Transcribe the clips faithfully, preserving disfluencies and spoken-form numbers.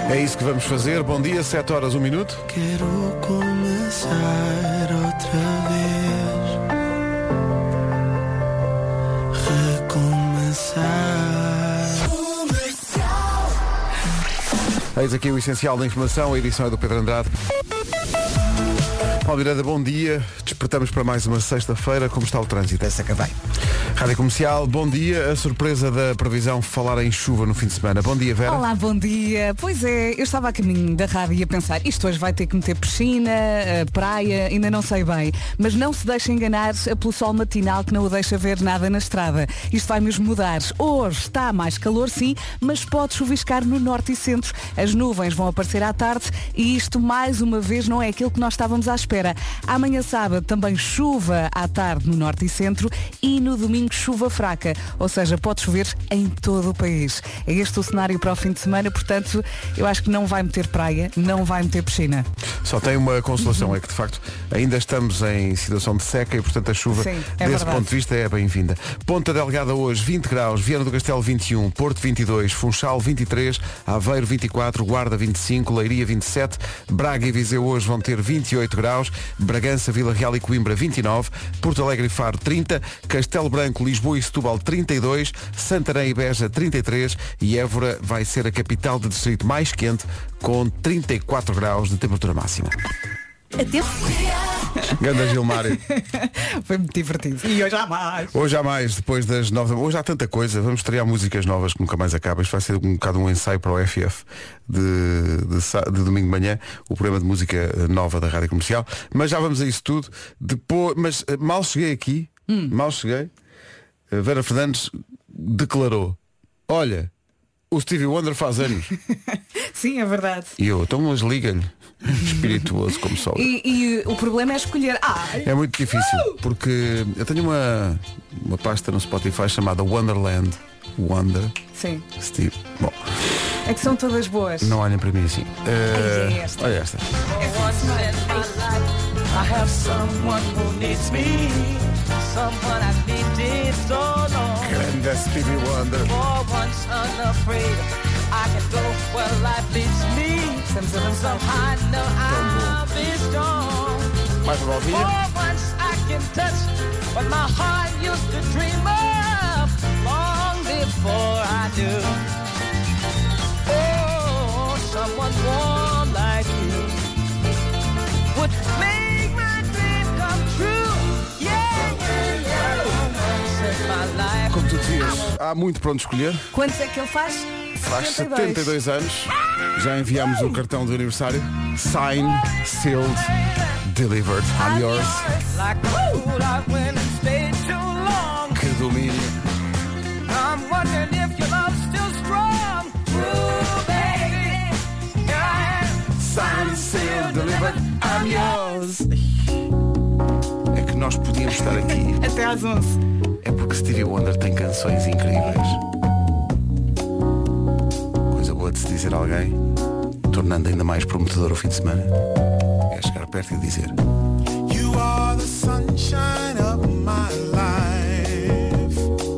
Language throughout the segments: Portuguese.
É isso que vamos fazer. Bom dia, sete horas, um minuto. Quero começar outra vez. Recomeçar. Eis aqui o essencial da informação. A edição é do Pedro Andrade. Paulo Miranda, bom dia. Despertamos para mais uma sexta-feira. Como está o trânsito? Essa que vai. Rádio Comercial, bom dia. A surpresa da previsão falar em chuva no fim de semana. Bom dia, Vera. Olá, bom dia. Pois é, eu estava a caminho da rádio e a pensar, isto hoje vai ter que meter piscina, praia, ainda não sei bem. Mas não se deixe enganar pelo sol matinal que não o deixa ver nada na estrada. Isto vai mesmo mudar. Hoje está mais calor, sim, mas pode chuviscar no norte e centro. As nuvens vão aparecer à tarde e isto, mais uma vez, não é aquilo que nós estávamos à espera. Amanhã sábado também chuva à tarde no norte e centro e no domingo chuva fraca, ou seja, pode chover em todo o país. É este o cenário para o fim de semana, portanto, eu acho que não vai meter praia, não vai meter piscina. Só tem uma consolação, uhum. é que de facto ainda estamos em situação de seca e portanto a chuva, Sim, é desse verdade. ponto de vista, é bem-vinda. Ponta Delgada hoje vinte graus, Viana do Castelo vinte e um, Porto vinte e dois, Funchal vinte e três, Aveiro vinte e quatro, Guarda vinte e cinco, Leiria vinte e sete, Braga e Viseu hoje vão ter vinte e oito graus, Bragança, Vila Real e Coimbra vinte e nove, Porto Alegre e Faro trinta, Castelo Branco, Lisboa e Setúbal trinta e dois, Santarém e Beja trinta e três e Évora vai ser a capital do distrito mais quente com trinta e quatro graus de temperatura máxima. Até... Ganda Gilmário. Foi muito divertido. E hoje há mais. Hoje há mais, depois das nove. Hoje há tanta coisa. Vamos estrear músicas novas que nunca mais acabam. Isto vai ser um bocado um ensaio para o F F de, de, de domingo de manhã, o programa de música nova da Rádio Comercial. Mas já vamos a isso tudo. Depois, mas mal cheguei aqui, hum. mal cheguei, a Vera Fernandes declarou: olha, o Stevie Wonder faz anos. Sim, é verdade. E eu, então mas liga-lhe. Espirituoso como sol. E, e o problema é escolher. Ai. É muito difícil, porque eu tenho uma, uma pasta no Spotify chamada Wonderland. Wonder. Sim. Steve. Bom. É que são todas boas. Não olhem para mim assim. Uh, Ai, é esta. Olha esta. Grande Stevie Wonder. Estamos a dançar. Mais uma volvinha. Como tu dizias, há muito para onde escolher. Quantos é que ele faz? Faz setenta e dois anos. Já enviámos o cartão de aniversário. Sign, sealed, delivered. I'm yours. Que domínio. Sign, sealed, delivered. I'm yours. É que nós podíamos estar aqui até às onze. É porque Stevie Wonder tem canções incríveis. Coisa boa de se dizer a alguém, tornando ainda mais prometedor o fim de semana, é chegar perto e dizer: You are the sunshine of my life.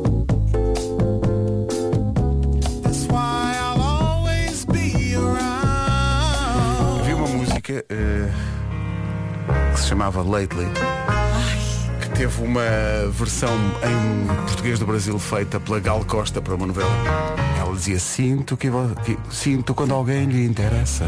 That's why I'll always be around. Havia uma música uh, que se chamava Lately, que teve uma versão em português do Brasil feita pela Gal Costa para uma novela. Ela dizia: Sinto que, que sinto quando alguém lhe interessa.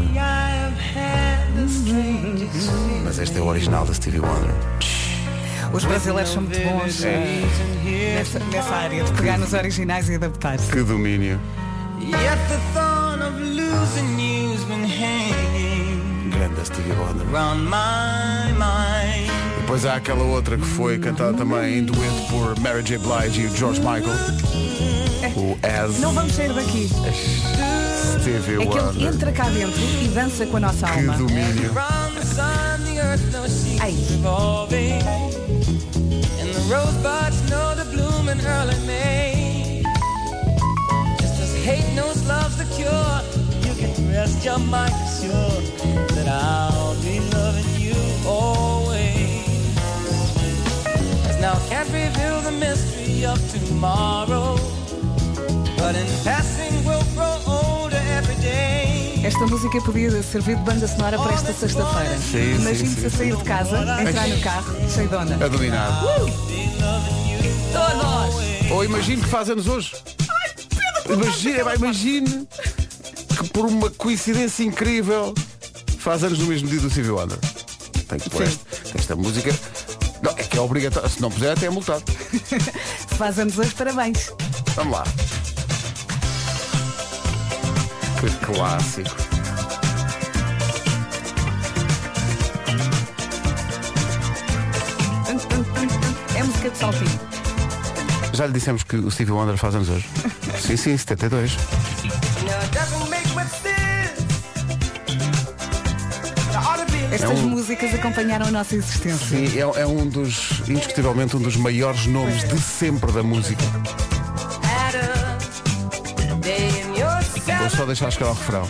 Mas este é o original da Stevie Wonder. Os brasileiros são muito bons é. nessa, nessa área de pegar nos originais e adaptar-se. Que domínio. Grande Stevie Wonder. Depois há aquela outra que foi cantada também em dueto por Mary J. Blige e o George Michael. É. O As. Não vamos sair daqui. Stevie é que ele entra cá dentro e dança com a nossa que alma. Que domínio. Ai. Rest your mind sure that I'll be loving you always. As now can't reveal the mystery of tomorrow, but in passing we'll grow older every day. Esta música podia servir de banda sonora para esta sexta-feira. Sim, Imagine-se sim, a sim, sair sim. de casa, entrar no carro, cheio de onda. A dominar. Uh! Todos! Ou imagine que faz anos hoje. Imagine, vai, imagine que por uma coincidência incrível faz anos no mesmo dia do Stevie Wonder. Tem que pôr esta, esta música. Não, é que é obrigatório. Se não puser, até é multado. Se faz anos hoje, parabéns. Vamos lá. Que clássico. É música de saltinho. Já lhe dissemos que o Stevie Wonder faz anos hoje. Sim, sim, setenta e dois. Estas É um- músicas acompanharam a nossa existência. Sim, é, é um dos, indiscutivelmente, um dos maiores nomes de sempre da música. Vou só deixar chegar ao refrão.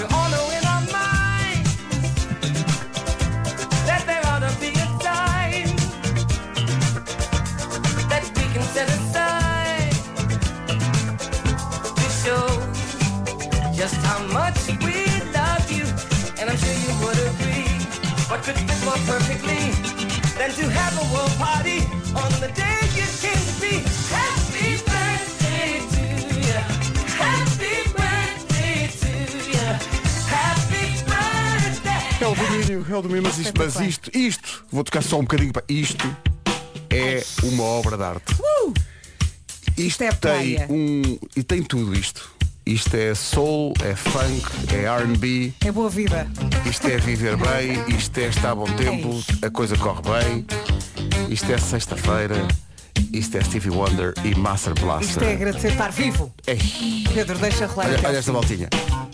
Just how much we love you, and I'm sure you would agree. What could fit more perfectly than to have a world party on the day you came to be? Happy birthday to you. Happy birthday to you. Happy birthday. É o domínio, é o domínio, mas isto, mas isto, isto, vou tocar só um bocadinho para isto, é uma obra de arte. Uh! Isto é tem praia. um. E tem tudo isto. Isto é soul, é funk, é R and B, É boa vida. isto é viver bem, isto é estar a bom tempo, a coisa corre bem, isto é sexta-feira, isto é Stevie Wonder e Master Blaster. Isto é agradecer estar vivo. Ei, Pedro, deixa rolar olha, até ao olha esta fim. voltinha.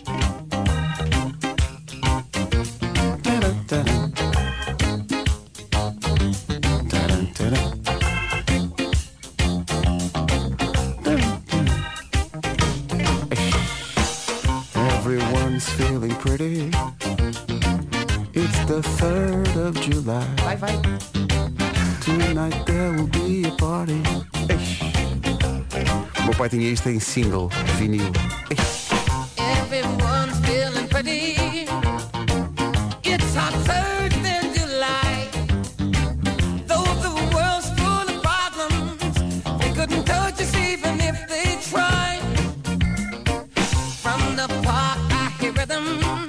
Everyone's feeling pretty. It's the third of July. Vai, vai. Tonight there will be a party. Eish. O meu pai tinha isto em single, vinil. Eish. Everyone's feeling pretty. It's our third of July. Though the world's full of problems, they couldn't touch us even if they tried. From the park I hear rhythm.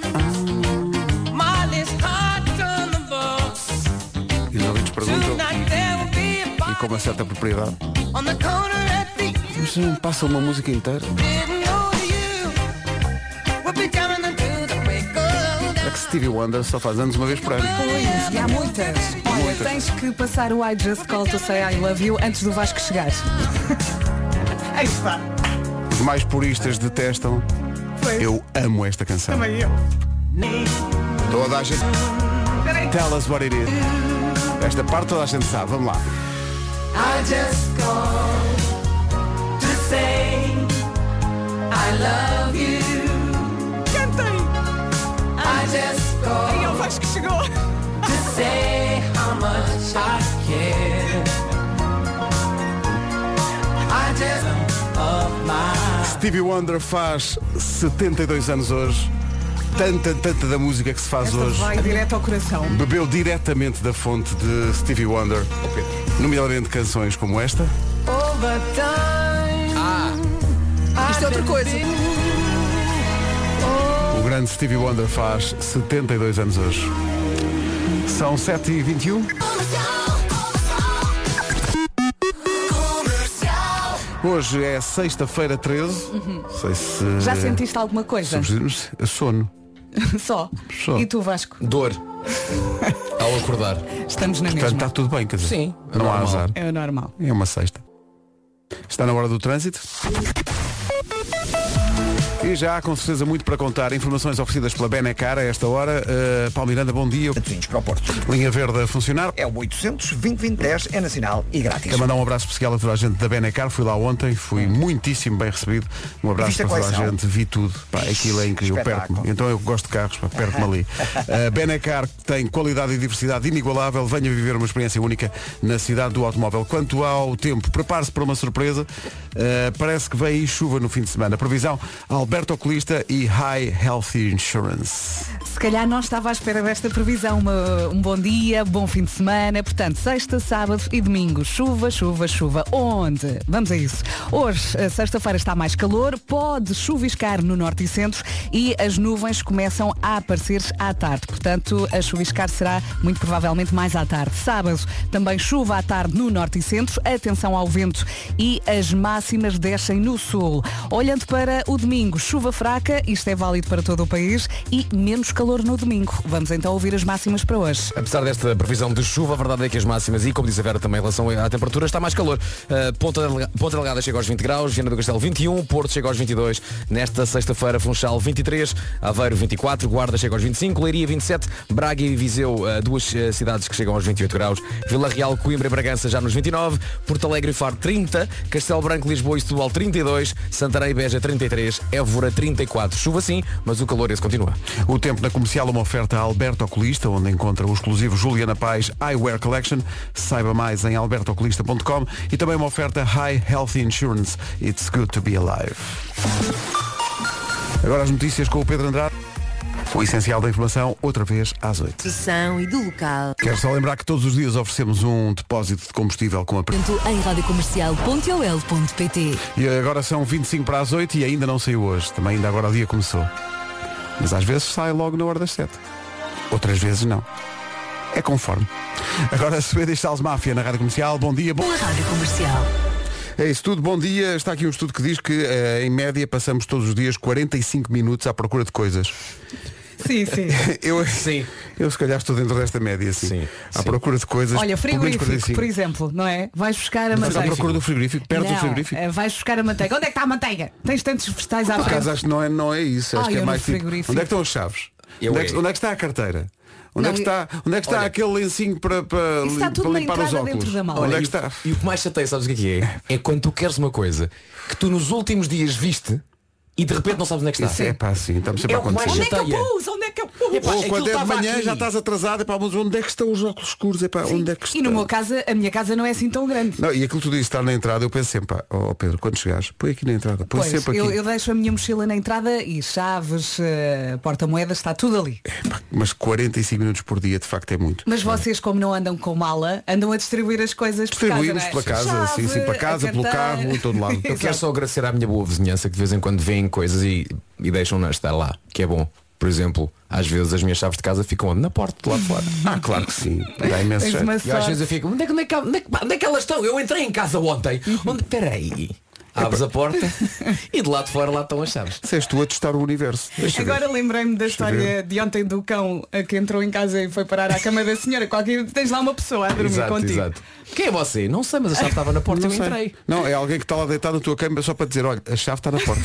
Molly's heart on the box. E os ouvintes perguntam, Tonight there will be a e party com uma certa propriedade, on the corner at the mas não passa uma música inteira? didn't know you. We'll be jamming until the break of É que Stevie Wonder só faz anos uma vez por ano. Pois, e há muitas. Olha, tens que passar o I Just Call to Say I Love You antes do Vasco chegar. Aí está. Os mais puristas detestam. Pois. Eu amo esta canção. Também eu. Toda a gente. Tell us what it is. Esta parte toda a gente sabe. Vamos lá. I just called to say I love you. Cantem! I just E o called Vasco chegou. to say how much I care. I just of my Stevie Wonder faz setenta e dois anos hoje. Tanta, tanta da música que se faz Esta hoje. vai direto ao coração. Bebeu diretamente da fonte de Stevie Wonder, nomeadamente canções como esta. overtime. Ah, isto é outra coisa. O grande Stevie Wonder faz setenta e dois anos hoje. São sete e vinte e um. Hoje é sexta-feira treze. Sei se... Já sentiste alguma coisa? Substituímos- Sono. Só. Só. E tu, Vasco? Dor. Ao acordar. Estamos na Portanto, mesma. está tudo bem, quer dizer. Sim, é Não há normal. azar. É o normal. É uma sexta. Está na hora do trânsito. E já há com certeza muito para contar. Informações oferecidas pela Benecar a esta hora. Uh, Paulo Miranda, bom dia. Vinhos para o Porto. Linha verde a funcionar. É o oitocentos vinte vinte dez, é nacional e grátis. Quero mandar um abraço especial a toda a gente da Benecar. Fui lá ontem, fui muitíssimo bem recebido. Um abraço Viste a para toda a coleção? gente, vi tudo. Pá, aquilo é incrível, Espetáculo. perto-me. Então eu gosto de carros, pá, perto-me ali. A Benecar tem qualidade e diversidade inigualável. Venha viver uma experiência única na cidade do automóvel. Quanto ao tempo, prepare-se para uma surpresa. Uh, parece que vem aí chuva no fim de semana. Previsão, Alberto Alberto Oculista e High Health Insurance. Se calhar não estava à espera desta previsão. Uma- um bom dia, bom fim de semana. Portanto, sexta, sábado e domingo. Chuva, chuva, chuva. Onde? Vamos a isso. Hoje, a sexta-feira, está mais calor. Pode chuviscar no norte e centro e as nuvens começam a aparecer à tarde. Portanto, a chuviscar será muito provavelmente mais à tarde. Sábado, também chuva à tarde no norte e centro. Atenção ao vento e as máximas descem no sul. Olhando para o domingo, chuva fraca. Isto é válido para todo o país e menos calor no domingo. Vamos então ouvir as máximas para hoje. Apesar desta previsão de chuva, a verdade é que as máximas, e como disse a Vera também em relação à temperatura, está mais calor. Uh, Ponta, Delga- Ponta Delgada chega aos vinte graus, Viana do Castelo vinte e um, Porto chega aos vinte e dois, nesta sexta-feira Funchal vinte e três, Aveiro vinte e quatro, Guarda chega aos vinte e cinco, Leiria vinte e sete, Braga e Viseu, uh, duas uh, cidades que chegam aos vinte e oito graus, Vila Real, Coimbra e Bragança já nos vinte e nove, Porto Alegre e Faro trinta, Castelo Branco, Lisboa e Setúbal trinta e dois, Santarém e Beja trinta e três, Évora trinta e quatro. Chuva sim, mas o calor esse continua. O tempo na comercial, uma oferta a Alberto Oculista, onde encontra o exclusivo Juliana Paz Eyewear Collection. Saiba mais em alberto oculista ponto com e também uma oferta High Health Insurance. It's good to be alive. Agora as notícias com o Pedro Andrade. O essencial da informação, outra vez às oito. Produção e do local. Quero só lembrar que todos os dias oferecemos um depósito de combustível com a... Em radiocomercial ponto ol ponto pt. E agora são vinte e cinco para as oito e ainda não saiu hoje. Também ainda agora o dia começou. Mas às vezes sai logo na hora das sete. Outras vezes não. É conforme. Agora Suede e Charles Máfia na Rádio Comercial. Bom dia. Bom... Rádio Comercial. É isso tudo. Bom dia. Está aqui um estudo que diz que eh, em média passamos todos os dias quarenta e cinco minutos à procura de coisas. Sim, sim. Eu, Sim. eu se calhar estou dentro desta média, sim. Sim, À sim. procura de coisas. Olha, pelo menos frigorífico, quarenta e cinco. por exemplo, não é? Vais buscar a Mas à manteiga. procura do frigorífico, perto do Não, frigorífico. eh, vais buscar a manteiga. Onde é que está a manteiga? Tens tantos vegetais à Por acaso frente. acho que não é, não é isso. Acho Ah, que é eu mais no tipo, frigorífico. onde é que estão as chaves? Eu Onde é, que, é. onde é que está a carteira? Onde Não, é que está, onde é que está olha, aquele lencinho para, para, Isso está lim- tudo para na limpar os entrada óculos? dentro da mala. Onde é Olha, que está? E, e o que mais chateia, sabes o que é que é? É quando tu queres uma coisa que tu nos últimos dias viste e de repente não sabes onde é que está. Isso é pá, sim, estamos sempre É a o que mais acontecer. Onde é que eu chateia. pus? Onde é que eu pus? Epá, Ou aquilo quando é de estava manhã aqui. já estás atrasado, epá, mas onde é que estão os óculos escuros? Epá, onde é que E no estão? meu casa, a minha casa não é assim tão grande. Não, e aquilo que tu disse estar na entrada, eu penso sempre, pá, ó Pedro, quando chegares, põe aqui na entrada, põe Pois, sempre aqui. eu, eu deixo a minha mochila na entrada e chaves, eh, porta-moedas, está tudo ali. Epá, mas quarenta e cinco minutos por dia, de facto, é muito. Mas vocês, como não andam com mala, andam a distribuir as coisas por casa, Distribuímos não é? pela casa, Chave, sim, sim, para a casa, pelo carteira. carro, em todo lado. Eu quero só agradecer à minha boa vizinhança que de vez em quando veem coisas e, e deixam-na estar lá, que é bom. Por exemplo, às vezes as minhas chaves de casa ficam onde? Na porta, do lado de fora. Ah, claro que sim. Dá imenso Tens jeito. uma E às sorte. vezes eu fico, onde é, que- onde, é que, onde, é, que- onde é que elas estão? Eu entrei em casa ontem. Onde? Peraí. Abres a porta e de lá de fora lá estão as chaves. Se és tu a testar o universo. Deixa ver. Agora lembrei-me da eu história de ontem do cão a que entrou em casa e foi parar à cama da senhora. Qualquer tens lá uma pessoa a dormir Exato, contigo. exato. Quem é você? Não sei, mas a chave estava na porta Não e eu sei. entrei. Não, é alguém que está lá deitado na tua cama só para dizer, olha, a chave está na porta.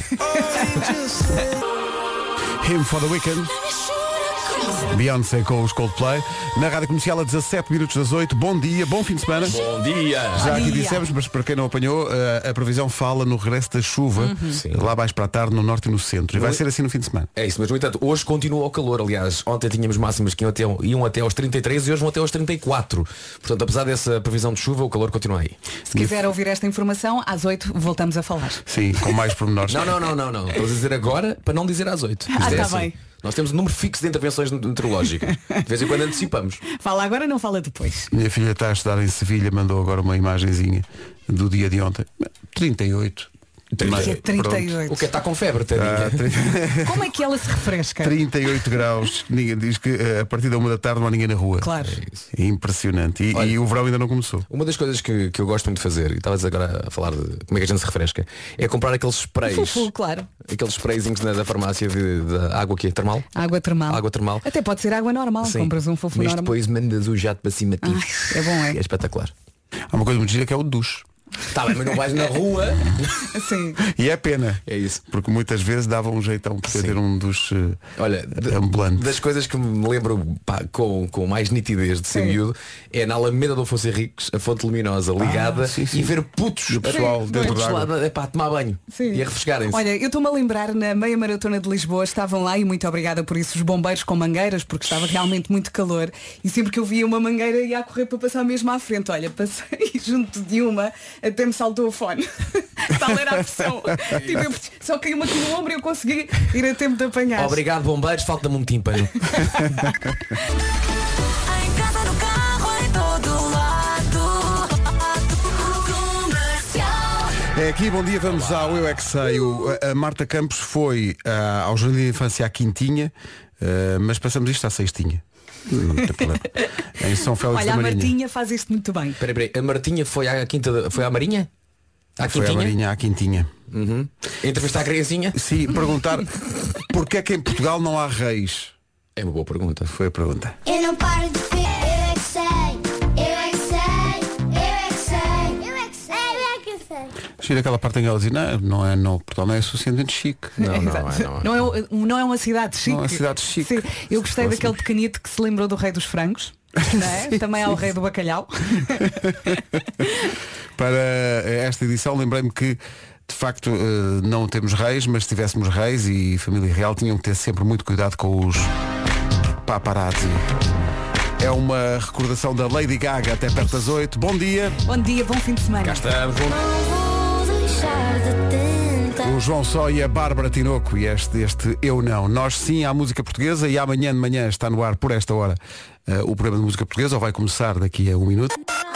Him for the Weekend. Beyoncé com os Coldplay. Na Rádio Comercial a dezassete minutos das oito. Bom dia, bom fim de semana. Bom dia! Já aqui dia. dissemos, mas para quem não apanhou, a, a previsão fala no regresso da chuva, Sim. lá mais para a tarde, no norte e no centro. E vai ser assim no fim de semana. É isso, mas no entanto, hoje continua o calor. Aliás, ontem tínhamos máximas que iam até, iam até aos trinta e três e hoje vão até aos trinta e quatro. Portanto, apesar dessa previsão de chuva, o calor continua aí. Se quiser ouvir esta informação, às oito voltamos a falar. Sim, com mais pormenores. Não, não, não, não, não. Estou a dizer agora para não dizer às oito. Ah, Isto é tá assim. bem. Nós temos um número fixo de intervenções meteorológicas. De vez em quando antecipamos. Fala agora, não fala depois. Minha filha está a estudar em Sevilha, mandou agora uma imagenzinha do dia de ontem. trinta e oito. Mas, Que é trinta e o oito. que é? Está com febre, tadinha. Ah, trinta Como é que ela se refresca? trinta e oito graus. Ninguém diz que eh, a partir da uma da tarde não há ninguém na rua. Claro. É impressionante. E, Olha, e o verão ainda não começou. Uma das coisas que, que eu gosto muito de fazer, e estavas agora a falar de como é que a gente se refresca, é comprar aqueles sprays. Fufu, claro. Aqueles sprayzinhos da, da farmácia de, de água que é termal. Água termal. Água termal. Até pode ser água normal. Sim. Compras um fofo Mas normal. depois mandas o jato para cima de ti. Ah, é bom, é? É espetacular. Há uma coisa muito gira que é o duche. Está bem, mas não vais na rua. Assim. E é pena. É isso. Porque muitas vezes dava um jeitão para Sim. ter um duche eh, Olha, de- ambulante. das coisas que me lembro pá, com, com mais nitidez de ser Sim. miúdo é na Alameda do Afonso Henriques, a fonte luminosa ligada Ah, sim, sim. e ver putos E o pessoal Sim, dentro putos d'água. lá, é pá, a tomar banho Sim. e a refrescarem-se. Olha, eu estou-me a lembrar na meia maratona de Lisboa, estavam lá e muito obrigada por isso os bombeiros com mangueiras, porque estava realmente muito calor e sempre que eu via uma mangueira ia a correr para passar mesmo à frente. Olha, passei junto de uma, até me saltou o fone. Tal era a pressão. Tipo, eu só caiu-me aqui no ombro e eu consegui ir a tempo de apanhar. Obrigado, bombeiros, falta-me um tímpano. Em casa, no carro, em todo lado. Comercial. É aqui, bom dia, vamos ao Eu É Que Sei. O- A Marta Campos foi ah, ao Jardim de Infância à Quintinha, ah, mas passamos isto à Sextinha. Não tem problema. Em São Félix Olha, da a Marinha. Martinha faz isto muito bem. Espera, espera, a Martinha foi à quinta, de- foi à Marinha? À Foi à Quintinha? Marinha à Quintinha. Uhum. Entrevistar a criancinha? Sim, perguntar porque é que em Portugal não há reis? É uma boa pergunta. Foi a pergunta. Eu não paro de ver, eu é que sei, eu é que sei, eu é que sei, eu é que sei, eu é que sei. Chega aquela parte em que ela diz, não, não é, não, Portugal não é suficientemente chique. Não, não, Exato. é, não, é. Não é, não é uma cidade chique. Não é uma cidade chique. Sim. Eu gostei Se fosse- daquele pequenito que se lembrou do rei dos frangos. Não é? Também há o rei do bacalhau. Para esta edição lembrei-me que de facto eh, não temos reis, mas se tivéssemos reis e família real tinham que ter sempre muito cuidado com os paparazzi. É uma recordação da Lady Gaga até perto das oito. Bom dia. Bom dia, bom fim de semana. Cá estamos, bom... Não vou deixar de tentar. O João Só e a Bárbara Tinoco e este, este Eu Não. Nós sim à música portuguesa e amanhã de manhã está no ar por esta hora eh, o programa de música portuguesa, ou vai começar daqui a um minuto.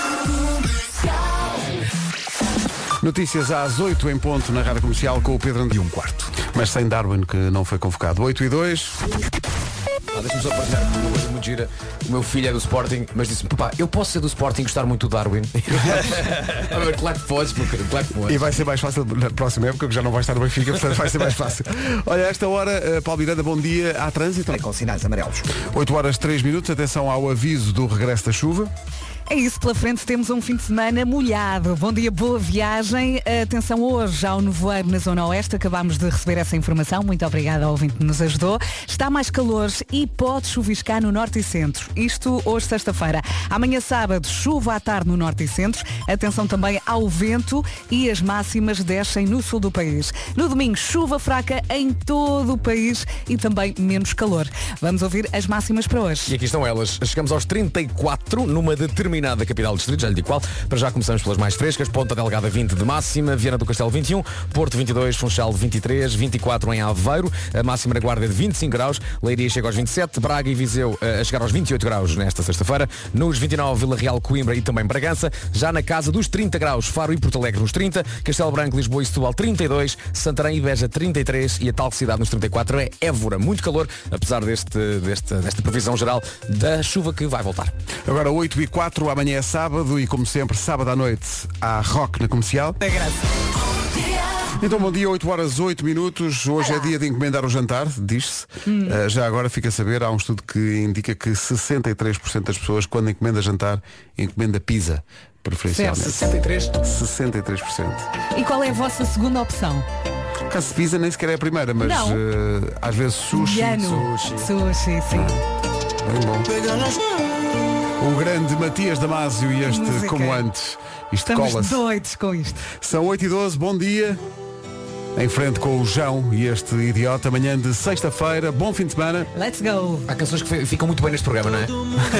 Notícias às oito em ponto na Rádio Comercial com o Pedro André. E um quarto. Mas sem Darwin, que não foi convocado. oito e dois. Ah, deixa-me só partilhar uma coisa muito gira. O meu filho é do Sporting, mas disse-me, papá, eu posso ser do Sporting e gostar muito do Darwin? Ah, meu, claro que podes, porque, claro que podes. E vai ser mais fácil na próxima época, que já não vai estar no Benfica, portanto vai ser mais fácil. Olha, a esta hora, eh, Paulo Miranda, bom dia. Há trânsito? Com sinais amarelos. oito horas três minutos. Atenção ao aviso do regresso da chuva. É isso, pela frente temos um fim de semana molhado. Bom dia, boa viagem. Atenção hoje ao nevoeiro na Zona Oeste. Acabámos de receber essa informação. Muito obrigada ao ouvinte que nos ajudou. Está mais calor e pode chuviscar no Norte e Centro. Isto hoje, sexta-feira. Amanhã, sábado, chuva à tarde no Norte e Centro. Atenção também ao vento e as máximas descem no sul do país. No domingo, chuva fraca em todo o país e também menos calor. Vamos ouvir as máximas para hoje. E aqui estão elas. Chegamos aos trinta e quatro numa determinada capital do distrito, já lhe digo qual. Para já começamos pelas mais frescas. Ponta Delgada vinte de máxima, Viana do Castelo vinte e um, Porto vinte e dois, Funchal vinte e três, vinte e quatro em Aveiro, a máxima na Guarda é de vinte e cinco graus, Leiria chega aos vinte e sete, Braga e Viseu a chegar aos vinte e oito graus nesta sexta-feira, nos vinte e nove Vila Real, Coimbra e também Bragança, já na casa dos trinta graus, Faro e Porto Alegre nos trinta, Castelo Branco, Lisboa e Setúbal trinta e dois, Santarém e Beja trinta e três e a tal cidade nos trinta e quatro é Évora. Muito calor, apesar deste, deste, desta previsão geral da chuva que vai voltar. Agora oito e quatro, amanhã é sábado e como sempre, sábado à noite há rock na Comercial. É graça. Então bom dia, oito horas oito minutos. Hoje é dia de encomendar o jantar, diz-se. Uh, já agora fica a saber, há um estudo que indica que sessenta e três por cento das pessoas, quando encomenda jantar, encomenda pizza, preferencialmente. sessenta e três? sessenta e três por cento. E qual é a vossa segunda opção? Caso pizza nem sequer é a primeira, mas Não. uh, às vezes sushi. Indiano. Sushi. Sushi, sim. Bem bom. O grande Matias Damasio e este Música. Como Antes. Isto Estamos cola-se. doidos com isto. São oito e doze, bom dia. Em frente com o João e este idiota, amanhã de sexta-feira, bom fim de semana. Let's go. Há canções que fi- ficam muito bem neste programa, não é?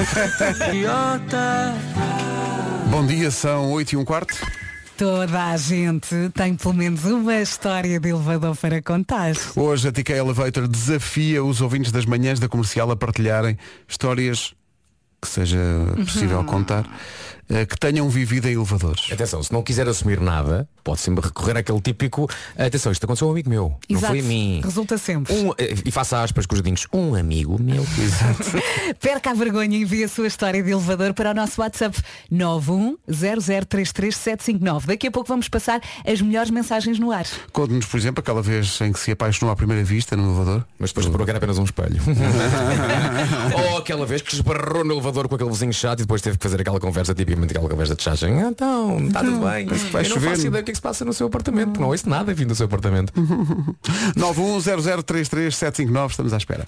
Bom dia, são oito e um quarto. Toda a gente tem pelo menos uma história de elevador para contar. Hoje a T K Elevator desafia os ouvintes das manhãs da Comercial a partilharem histórias que seja possível contar, eh, que tenham vivido em elevadores. Atenção, se não quiser assumir nada, pode sempre recorrer àquele típico. Atenção, isto aconteceu a um amigo meu. Não Exato. foi a mim. Resulta sempre. Um, e faça aspas com os dedinhos. Um amigo meu. Perca a vergonha e envie a sua história de elevador para o nosso WhatsApp nove um zero zero três três sete cinco nove. Daqui a pouco vamos passar as melhores mensagens no ar. Conte-nos, por exemplo, aquela vez em que se apaixonou à primeira vista no elevador. Mas depois reparou que era apenas um espelho. Ou aquela vez que esbarrou no elevador com aquele vizinho chato e depois teve que fazer aquela conversa, tipicamente aquela conversa de chagem. Então, está tudo bem. vai Eu não chover. faço ideia do que é que se passa no seu apartamento, porque não ouço nada vindo do seu apartamento. nove um zero zero três três sete cinco nove, estamos à espera.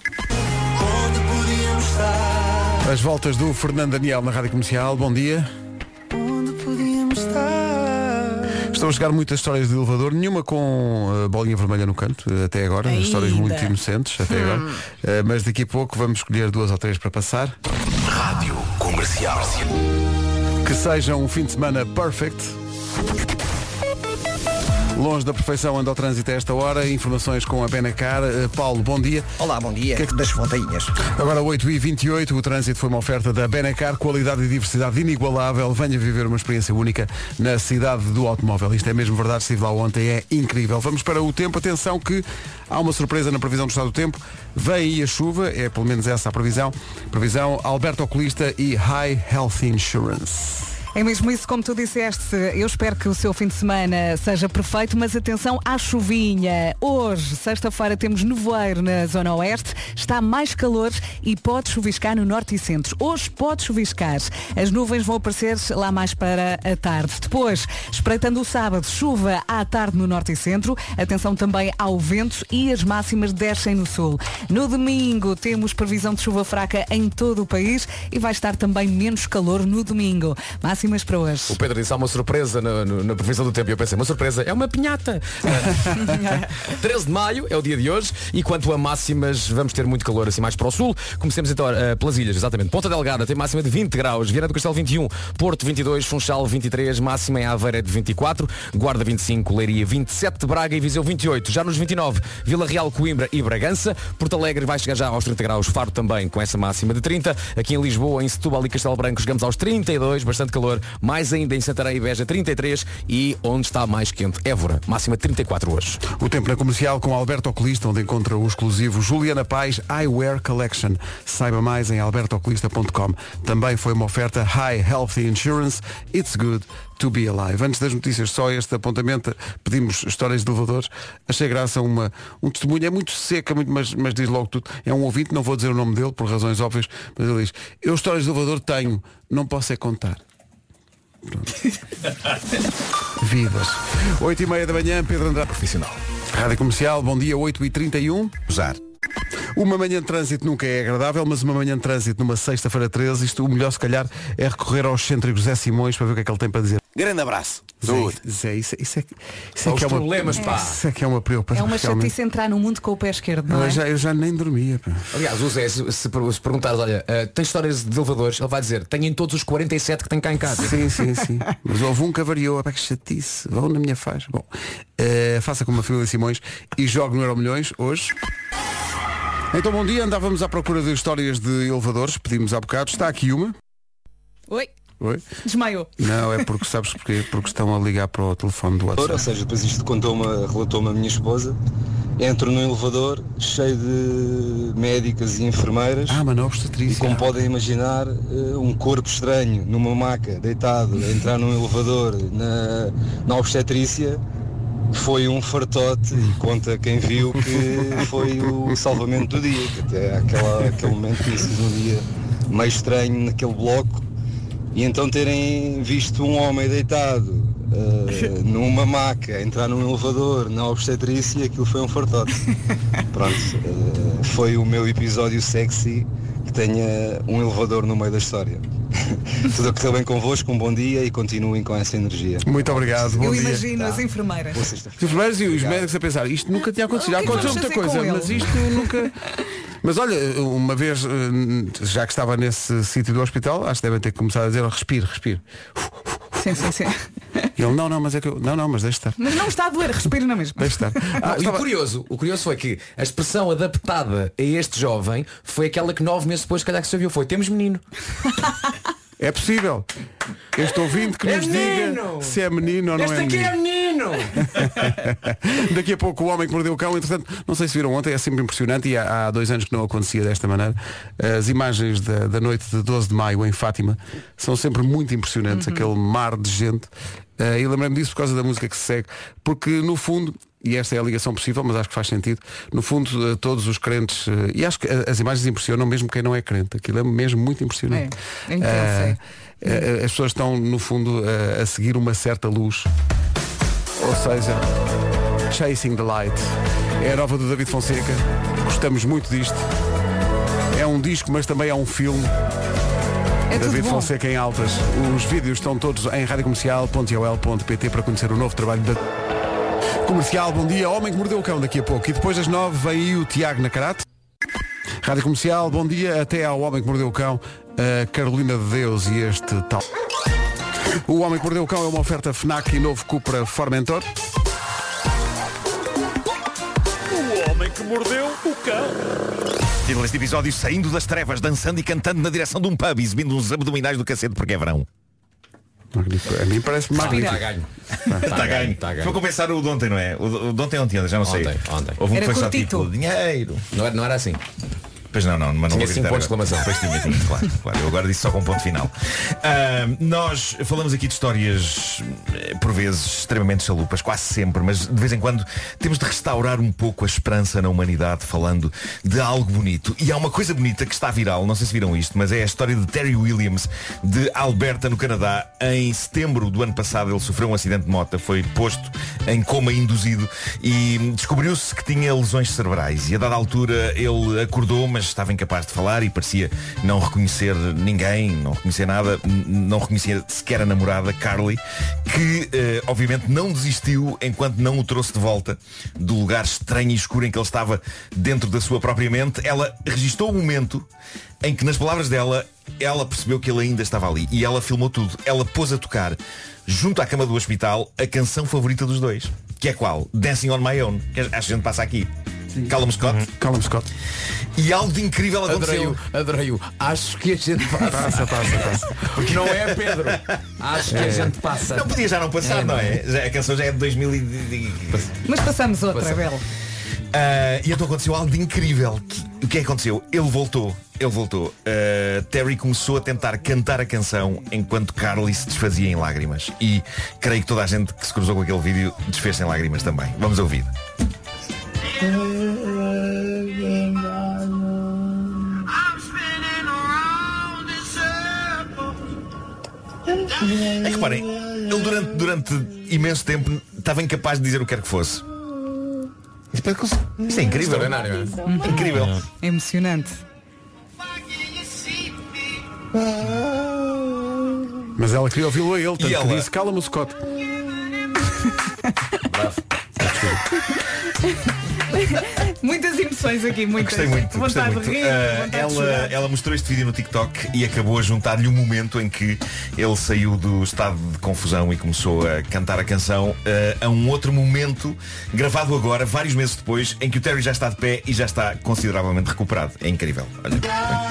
As voltas do Fernando Daniel na Rádio Comercial, bom dia. Estão a chegar muitas histórias de elevador, nenhuma com uh, bolinha vermelha no canto, uh, até agora, Ainda. histórias muito inocentes, até agora. Uh, mas daqui a pouco vamos escolher duas ou três para passar. Rádio Comercial. Que seja um fim de semana perfect. Longe da perfeição anda o trânsito a esta hora. Informações com a Benacar. Uh, Paulo, bom dia. Olá, bom dia. Que é que- Das Fontainhas. Agora oito e vinte e oito, o trânsito foi uma oferta da Benacar, qualidade e diversidade inigualável. Venha viver uma experiência única na cidade do automóvel. Isto é mesmo verdade, estive lá ontem, é incrível. Vamos para o tempo. Atenção que há uma surpresa na previsão do estado do tempo. Vem aí a chuva, é pelo menos essa a previsão. Previsão Alberto Oculista e High Health Insurance. É mesmo isso, como tu disseste, eu espero que o seu fim de semana seja perfeito, mas atenção à chuvinha. Hoje, sexta-feira, temos nevoeiro na zona oeste, está mais calor e pode chuviscar no norte e centro. Hoje pode chuviscar. As nuvens vão aparecer lá mais para a tarde. Depois, espreitando o sábado, chuva à tarde no norte e centro. Atenção também ao vento e as máximas descem no sul. No domingo, temos previsão de chuva fraca em todo o país e vai estar também menos calor no domingo. Máximas para hoje. O Pedro disse, há uma surpresa na, no- na previsão do tempo. E eu pensei, uma surpresa, é uma pinhata. treze de maio é o dia de hoje. E quanto a máximas, vamos ter muito calor assim mais para o sul. Comecemos então uh, pelas ilhas, exatamente. Ponta Delgada tem máxima de vinte graus, Viana do Castelo vinte e um, Porto vinte e dois, Funchal vinte e três, máxima em Aveiro é de vinte e quatro, Guarda vinte e cinco, Leiria vinte e sete, Braga e Viseu vinte e oito. Já nos vinte e nove, Vila Real, Coimbra e Bragança. Porto Alegre vai chegar já aos trinta graus, Faro também com essa máxima de trinta. Aqui em Lisboa, em Setúbal e Castelo Branco chegamos aos trinta e dois, bastante calor. Mais ainda em Santarém e Beja trinta e três e onde está mais quente, Évora, máxima de trinta e quatro hoje. O tempo na comercial com Alberto Oculista, onde encontra o exclusivo Juliana Paz Eyewear Collection. Saiba mais em alberto oculista ponto com. Também foi uma oferta High Health Insurance. It's good to be alive. Antes das notícias, só este apontamento. Pedimos histórias de elevadores. Achei graça uma, um testemunho. É muito seca, muito, mas, mas diz logo tudo. É um ouvinte, não vou dizer o nome dele por razões óbvias, mas ele diz, eu histórias de elevador tenho, não posso é contar. Vidas. oito e meia da manhã, Pedro Andrade. Profissional. Rádio Comercial, bom dia, oito e trinta e um. Usar. Uma manhã de trânsito nunca é agradável, mas uma manhã de trânsito numa sexta-feira treze, isto o melhor se calhar é recorrer ao excêntrico José Simões para ver o que é que ele tem para dizer. Grande abraço. Zé, Saúde. Zé, isso, isso é, isso é Os que é uma, problemas, pá. isso é que é uma preocupação. É uma realmente. chatice entrar no mundo com o pé esquerdo, não eu, é? já, eu já nem dormia. Pá. Aliás, o Zé, se, se, se perguntares, olha, uh, tem histórias de elevadores, ele vai dizer, tenho em todos os quarenta e sete que tem cá em casa. Sim, sim, sim. Mas houve um que avariou, pá, que chatice, vão na minha faixa. Bom, uh, faça como a família Simões e jogue no Euro Milhões hoje. Então bom dia, andávamos à procura de histórias de elevadores, pedimos há bocado, está aqui uma. Oi, Oi? desmaiou. Não, é porque sabes porquê? Porque estão a ligar para o telefone do Ou WhatsApp. seja, depois isto contou-me, relatou-me a minha esposa, entro no elevador cheio de médicas e enfermeiras Ah, mas não e obstetrícia. como podem imaginar, eh, um corpo estranho numa maca, deitado, a entrar num elevador na, na obstetrícia, foi um fartote e conta quem viu que foi o salvamento do dia, que até aquela, aquele momento tinha sido um dia meio estranho naquele bloco. E então terem visto um homem deitado uh, numa maca, entrar num elevador, na obstetrícia, aquilo foi um fartote. Pronto, uh, foi o meu episódio sexy que tenha um elevador no meio da história. Tudo a correr bem convosco, um bom dia e continuem com essa energia. Muito obrigado, bom Eu dia. imagino as enfermeiras. Boa Os sexta-feira. enfermeiros e os médicos a pensar, isto nunca tinha acontecido. O Já que é que aconteceu vamos muita fazer coisa, com mas ele? isto nunca. Mas olha, uma vez, eh, já que estava nesse sítio do hospital, acho que devem ter começado a dizer, respire, respire. Sim, sim, sim. E ele, não, não, mas é que eu. Não, não, mas deixa estar. Mas não está a doer, respira na mesma. Deixa estar. Ah, Ah, e estava- o curioso, o curioso foi que a expressão adaptada a este jovem foi aquela que nove meses depois, calhar que se ouviu, foi, temos menino. É possível. Este ouvinte que É nos menino! diga se é menino ou não Este é aqui menino. é menino! Daqui a pouco o homem que mordeu o cão, entretanto, não sei se viram ontem, é sempre impressionante e há, há dois anos que não acontecia desta maneira. As imagens da, da noite de doze de maio em Fátima são sempre muito impressionantes, aquele mar de gente. Uh, e lembrei-me disso por causa da música que se segue, porque no fundo, e esta é a ligação possível, mas acho que faz sentido, no fundo uh, todos os crentes, uh, e acho que uh, as imagens impressionam mesmo quem não é crente, aquilo é mesmo muito impressionante. É, é intenso, é. Uh, uh, as pessoas estão no fundo uh, a seguir uma certa luz, ou seja, Chasing the Light. É a nova do David Fonseca, gostamos muito disto. É um disco, mas também é um filme. É tudo David bom. Fonseca em altas. Os vídeos estão todos em rádio comercial ponto i o l ponto p t para conhecer o novo trabalho da Comercial. Bom dia, Homem que Mordeu o Cão daqui a pouco. E depois das nove vem aí o Tiago Nacarate. Rádio Comercial, bom dia. Até ao Homem que Mordeu o Cão, a Carolina de Deus e este tal. O Homem que Mordeu o Cão é uma oferta FNAC e novo Cupra Formentor. O Homem que Mordeu o Cão. Título deste episódio: saindo das trevas, dançando e cantando na direção de um pub, exibindo uns abdominais do cacete porque é verão. Magnífico. A mim parece magnífico. Está ganho. Está ganho. Vou compensar o de ontem, não é? O de ontem é ontem, já não sei. Ontem, ontem. Houve um Era que foi curtito. só tipo dinheiro. Não era, não era assim. Pois não, não, mas não Tinha vou cinco gritar pontos de agora. exclamação. Pois tinha, tinha, claro, claro. Eu agora disse só com um ponto final. Ah, nós falamos aqui de histórias, eh, por vezes, extremamente chalupas, quase sempre, mas de vez em quando temos de restaurar um pouco a esperança na humanidade falando de algo bonito. E há uma coisa bonita que está viral, não sei se viram isto, mas é a história de Terry Williams, de Alberta, no Canadá. Em setembro do ano passado ele sofreu um acidente de moto, foi posto em coma induzido e descobriu-se que tinha lesões cerebrais. E a dada altura ele acordou, mas estava incapaz de falar e parecia não reconhecer ninguém, não reconhecer nada, n- não reconhecia sequer a namorada Carly, que eh, obviamente não desistiu enquanto não o trouxe de volta do lugar estranho e escuro em que ele estava dentro da sua própria mente. Ela registou o momento em que, nas palavras dela, ela percebeu que ele ainda estava ali e ela filmou tudo. Ela pôs a tocar junto à cama do hospital a canção favorita dos dois, que é qual? Dancing on My Own, que acho que a gente passa aqui. Callum Scott. Uhum. Callum Scott. E algo de incrível aconteceu. Adorei-o, adorei-o. Acho que a gente passa. Passa, passa, passa. Porque não é, Pedro. Acho que a gente passa. Não podia já não passar, É, não não é? Já- a canção já é de dois mil e... Mas passamos outra, Passa. Belo. Ah, e então aconteceu algo de incrível. Que- O que é que aconteceu? Ele voltou. Ele voltou. Ah, Terry começou a tentar cantar a canção enquanto Carly se desfazia em lágrimas. E creio que toda a gente que se cruzou com aquele vídeo desfez-se em lágrimas também. Vamos ouvir. É que reparem, ele durante, durante imenso tempo estava incapaz de dizer o que quer que fosse. Isto é- Isto é incrível. Extraordinário, é? Incrível. É emocionante. Mas ela queria ouvi-lo a ele, tanto E que ela? disse Callum Scott. Muitas emoções aqui, muitas. Gostei muito, gostei Vontade muito. de rir, Ah, vontade de ela, chorar. ela mostrou este vídeo no TikTok e acabou a juntar-lhe o momento em que ele saiu do estado de confusão e começou a cantar a canção ah, a um outro momento gravado agora, vários meses depois, em que o Terry já está de pé e já está consideravelmente recuperado. É incrível. Olha.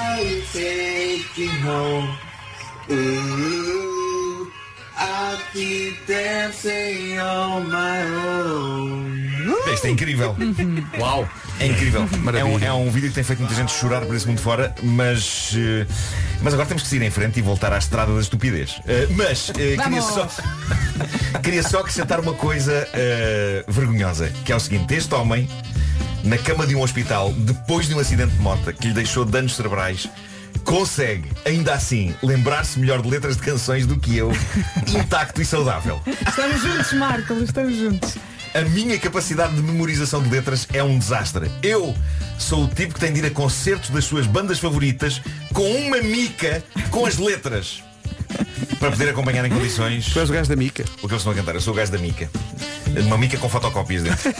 Isto é incrível. Uau. É incrível. É um, é um vídeo que tem feito muita gente chorar por esse mundo fora, mas, eh, mas agora temos que seguir em frente e voltar à estrada da estupidez. Eh, mas eh, queria, só, queria só acrescentar uma coisa eh, vergonhosa, que é o seguinte: este homem, na cama de um hospital, depois de um acidente de moto que lhe deixou danos cerebrais, consegue, ainda assim, lembrar-se melhor de letras de canções do que eu, intacto e saudável. Estamos juntos, Marco, estamos juntos. A minha capacidade de memorização de letras é um desastre. Eu sou o tipo que tem de ir a concertos das suas bandas favoritas com uma mica com as letras para poder acompanhar em condições. Tu és o gajo da mica. O que eles estão a cantar, eu sou o gajo da mica. Uma mica com fotocópias dentro.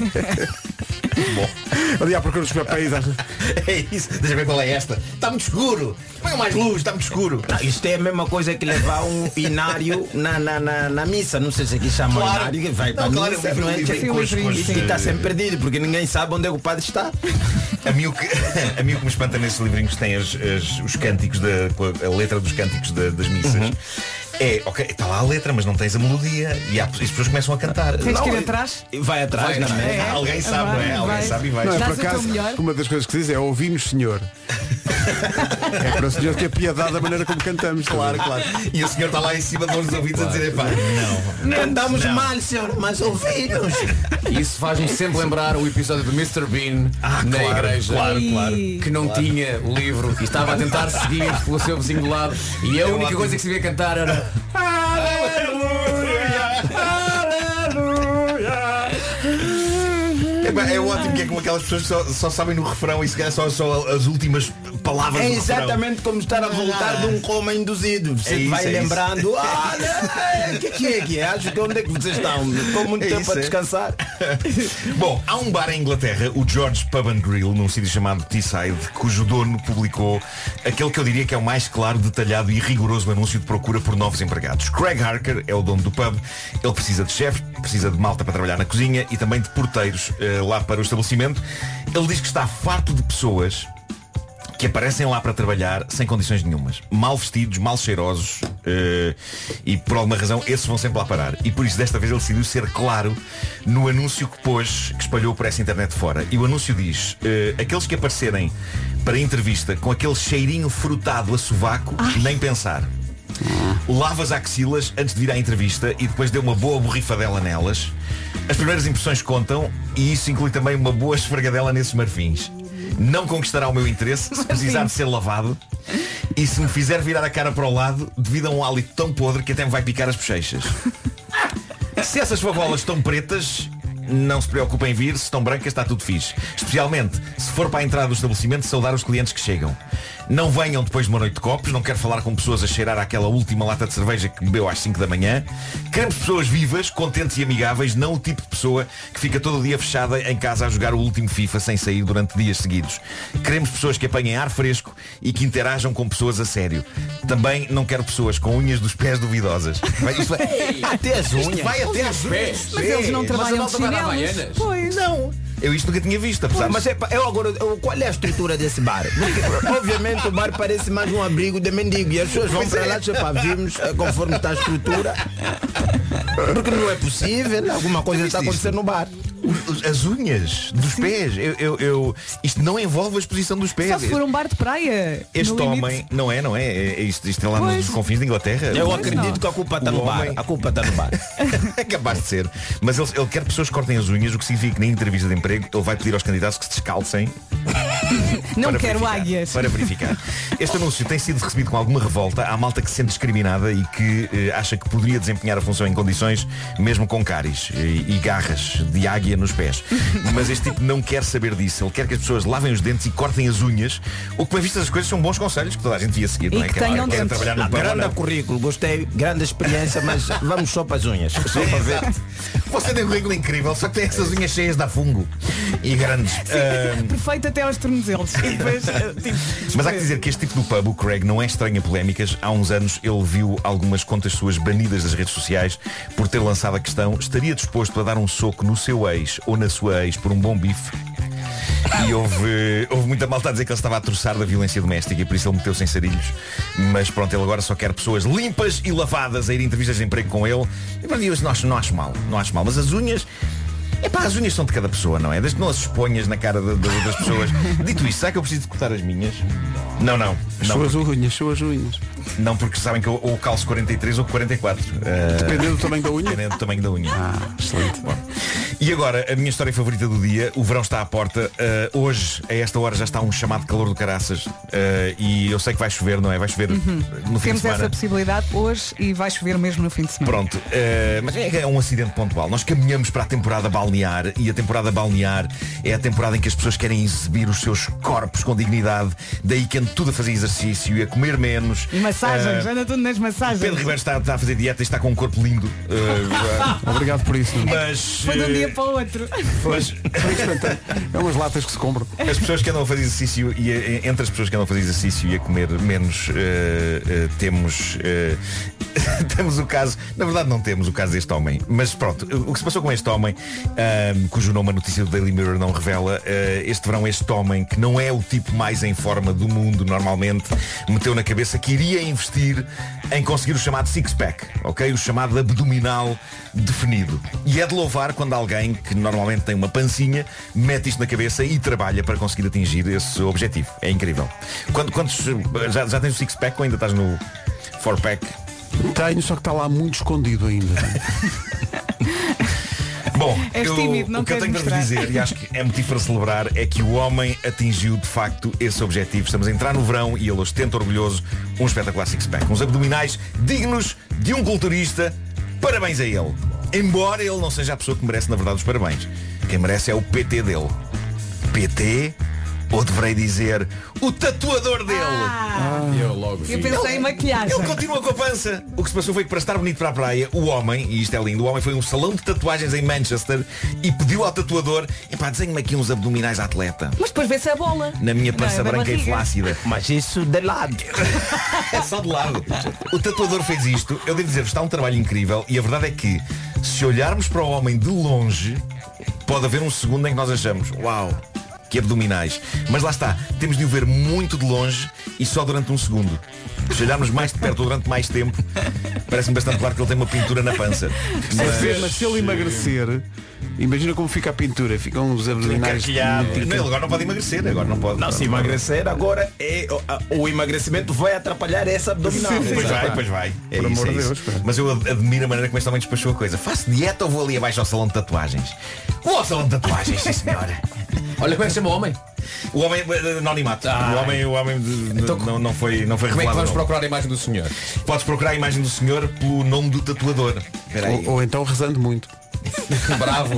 Bom. Ali à procura dos papéis. É isso. Deixa eu ver qual é esta. Está muito escuro. Põe mais luz, está muito escuro. Não, isto é a mesma coisa que levar um inário na, na, na, na missa. Não sei se aqui chama Claro. inário, que vai Não, para a claro, missa, um não é? livro- Que- com as- com as- E está sempre perdido, porque ninguém sabe onde é que o padre está. A mim o que, a mim o que me espanta nesses livrinhos que têm as, as- os cânticos, da, com a, a letra dos cânticos da- das missas. Uhum. É, ok, está lá a letra, mas não tens a melodia. E há, as pessoas começam a cantar. Tens que ir Não, atrás? Vai atrás, Vai, não é? é, alguém sabe, vai, não é? Alguém vai. sabe e vai. Não, é Dás por o teu acaso, melhor? uma das coisas que se diz é ouvimos, senhor. É para o senhor ter piedade da maneira como cantamos. Claro, claro. E o senhor está lá em cima de uns ouvidos a dizer, pá, não. Cantamos Não. mal, senhor, mas ouvimos. Isso faz-me sempre lembrar o episódio do mister Bean Ah, na claro, igreja. claro, claro. Que não tinha o livro e estava a tentar seguir pelo seu vizinho do lado. E a única coisa que se devia cantar era É, pá, é ótimo que é como aquelas pessoas que só, só sabem no refrão e se calhar só, só as últimas palavras É do refrão. exatamente como estar a voltar de um coma induzido. Você É isso, vai é lembrando, isso. ah, o que, que é que é? Acho que onde é que vocês estão? Estou muito É tempo isso, a é. descansar. Bom, há um bar em Inglaterra, o George Pub and Grill, num sítio chamado Teesside, cujo dono publicou aquele que eu diria que é o mais claro, detalhado e rigoroso anúncio de procura por novos empregados. Craig Harker é o dono do pub. Ele precisa de chefes, precisa de malta para trabalhar na cozinha e também de porteiros uh, lá para o estabelecimento. Ele diz que está farto de pessoas que aparecem lá para trabalhar sem condições nenhumas, mal vestidos, mal cheirosos, uh, e por alguma razão esses vão sempre lá parar. E por isso desta vez ele decidiu ser claro no anúncio que pôs, que espalhou por essa internet fora. E o anúncio diz, uh, aqueles que aparecerem para a entrevista com aquele cheirinho frutado a sovaco, Ai. nem pensar. Lava as axilas antes de vir à entrevista e depois dê uma boa borrifadela nelas. As primeiras impressões contam e isso inclui também uma boa esfregadela nesses marfins. Não conquistará o meu interesse se precisar de ser lavado e se me fizer virar a cara para o lado devido a um hálito tão podre que até me vai picar as bochechas. Se essas favolas estão pretas, não se preocupem em vir, se estão brancas está tudo fixe. Especialmente se for para a entrada do estabelecimento saudar os clientes que chegam. Não venham depois de uma noite de copos, não quero falar com pessoas a cheirar àquela última lata de cerveja que bebeu às cinco da manhã. Queremos pessoas vivas, contentes e amigáveis, não o tipo de pessoa que fica todo o dia fechada em casa a jogar o último FIFA sem sair durante dias seguidos. Queremos pessoas que apanhem ar fresco e que interajam com pessoas a sério. Também não quero pessoas com unhas dos pés duvidosas. Vai, isto vai, até as unhas. Vai até aos pés. Mas eles não trabalham de chinelos. Pois. Não. Eu isto nunca tinha visto, apesar Mas é, eu agora, eu, qual é a estrutura desse bar? Porque, obviamente o bar parece mais um abrigo de mendigo e as pessoas vão para lá, tipo, vimos conforme está a estrutura. Porque não é possível, alguma coisa está acontecendo no bar. As unhas dos pés, eu, eu, eu, isto não envolve a exposição dos pés. Só se for um bar de praia. Este no homem, limite. não é, não é? É isto, isto é lá Pois. nos confins de Inglaterra. Eu O- acredito não. que a culpa está O no bar. homem- A culpa está no bar. É capaz de ser. Mas ele, ele quer pessoas que cortem as unhas, o que significa que na entrevista de emprego ele vai pedir aos candidatos que se descalcem. Não para quero verificar, águias. Para verificar. Este anúncio tem sido recebido com alguma revolta. Há malta que se sente discriminada e que eh, acha que poderia desempenhar a função em condições mesmo com cáries e, e garras de águia nos pés. Mas este tipo não quer saber disso. Ele quer que as pessoas lavem os dentes e cortem as unhas. O que, bem vistas as coisas, são bons conselhos que toda a gente devia seguir. E Não é? que Quer- tenham quer dentes. trabalhar no Ah, pão, grande não. currículo, gostei, grande experiência, mas vamos só para as unhas. Só para ver. Você tem um currículo incrível, só que tem essas unhas cheias de fungo e grandes. Ah, Perfeito até aos tornozelos. E depois, eh, tipo, Mas há que dizer que este tipo do pub, o Craig, não é estranho a polémicas. Há uns anos ele viu algumas contas suas banidas das redes sociais por ter lançado a questão: estaria disposto a dar um soco no seu ex ou na sua ex por um bom bife? E houve, houve muita malta a dizer que ele estava a troçar da violência doméstica e por isso ele meteu-se em sarilhos. Mas pronto, ele agora só quer pessoas limpas e lavadas a ir a entrevistas de emprego com ele. E para mim eu não acho, não acho mal, não acho mal. Mas as unhas, epá, as unhas são de cada pessoa, não é? Desde que não as exponhas na cara de- das outras pessoas. Dito isto, será que eu preciso de cortar as minhas? Não, não. As Não, suas porque, unhas, suas unhas. não, porque sabem que eu ou calço quarenta e três ou quarenta e quatro. Uh, Dependendo do tamanho da unha. Dependendo do tamanho da unha. Ah, excelente. Bom. E agora, a minha história favorita do dia. O verão está à porta. Uh, hoje, a esta hora, já está um chamado calor do caraças. Uh, e eu sei que vai chover, não é? Vai chover no fim de temos semana. essa possibilidade hoje e vai chover mesmo no fim de semana. Pronto, uh, mas é, é um acidente pontual. Nós caminhamos para a temporada balnear e a temporada balnear é a temporada em que as pessoas querem exibir os seus corpos com dignidade. Daí que ando tudo a fazer exercício e a comer menos. E massagens, Uh, anda tudo nas massagens. Pedro Ribeiro está, está a fazer dieta e está com um corpo lindo. Uh, Obrigado por isso. Nuno. mas Foi de um uh, dia para o outro. mas É umas latas que se compram. as pessoas que andam a fazer exercício e eh, entre as pessoas que andam a fazer exercício e a comer menos, eh, eh, temos eh, temos o caso, na verdade não temos o caso deste homem, mas pronto, o que se passou com este homem, ahm, cujo nome a notícia do Daily Mirror não revela, eh, este verão este homem, que não é o tipo mais em forma do mundo normalmente, meteu na cabeça que iria investir em conseguir o chamado six-pack, ok? O chamado abdominal definido. E é de louvar quando alguém que normalmente tem uma pancinha mete isto na cabeça e trabalha para conseguir atingir esse objetivo. É incrível. Quando, quantos, já, já tens o six-pack ou ainda estás no four-pack? Tenho, só que está lá muito escondido ainda. Bom, És eu, tímido, não o que eu queres tenho para vos mostrar. dizer, e acho que é motivo para celebrar, é que o homem atingiu de facto esse objetivo. Estamos a entrar no verão e ele ostenta orgulhoso um espetacular six-pack. Uns abdominais dignos de um culturista. Parabéns a ele. Embora ele não seja a pessoa que merece, na verdade, os parabéns. Quem merece é o P T dele. P T Ou deverei dizer o tatuador dele. Ah, Eu logo eu vi. pensei em maquilhagem. Ele continua com a pança. O que se passou foi que para estar bonito para a praia, o homem, e isto é lindo, o homem foi a um salão de tatuagens em Manchester e pediu ao tatuador, epá, desenhe-me aqui uns abdominais à atleta. Mas depois vê-se a bola. Na minha pança Não, é da branca e barriga. flácida. Mas isso de lado. É só de lado. O tatuador fez isto. Eu devo dizer-vos, está um trabalho incrível. E a verdade é que, se olharmos para o homem de longe, pode haver um segundo em que nós achamos, uau, que abdominais. Mas lá está, temos de o ver muito de longe e só durante um segundo. Se olharmos mais de perto ou durante mais tempo, parece-me bastante claro que ele tem uma pintura na pança. Mas, mas se ele emagrecer, imagina como fica a pintura. Ficam uns abdominais. Não, ele agora não pode emagrecer. Agora não pode. Não, se emagrecer agora é, o, o emagrecimento vai atrapalhar essa abdominal. Pois vai, pois vai. É Por isso, amor é de isso. Deus, pá. Mas eu ad- admiro a maneira como este homem despachou a coisa. Faço dieta ou vou ali abaixo ao salão de tatuagens? Vou ao salão de tatuagens, sim senhora. Olha, como é que se chama o homem? O homem eh, anonimato. O homem, o homem de- de- Então, não, não foi, não foi Como é que revelado. vamos não. procurar a imagem do senhor? Podes procurar a imagem do senhor pelo nome do tatuador. Espera aí. Ou, ou então rezando muito. Bravo.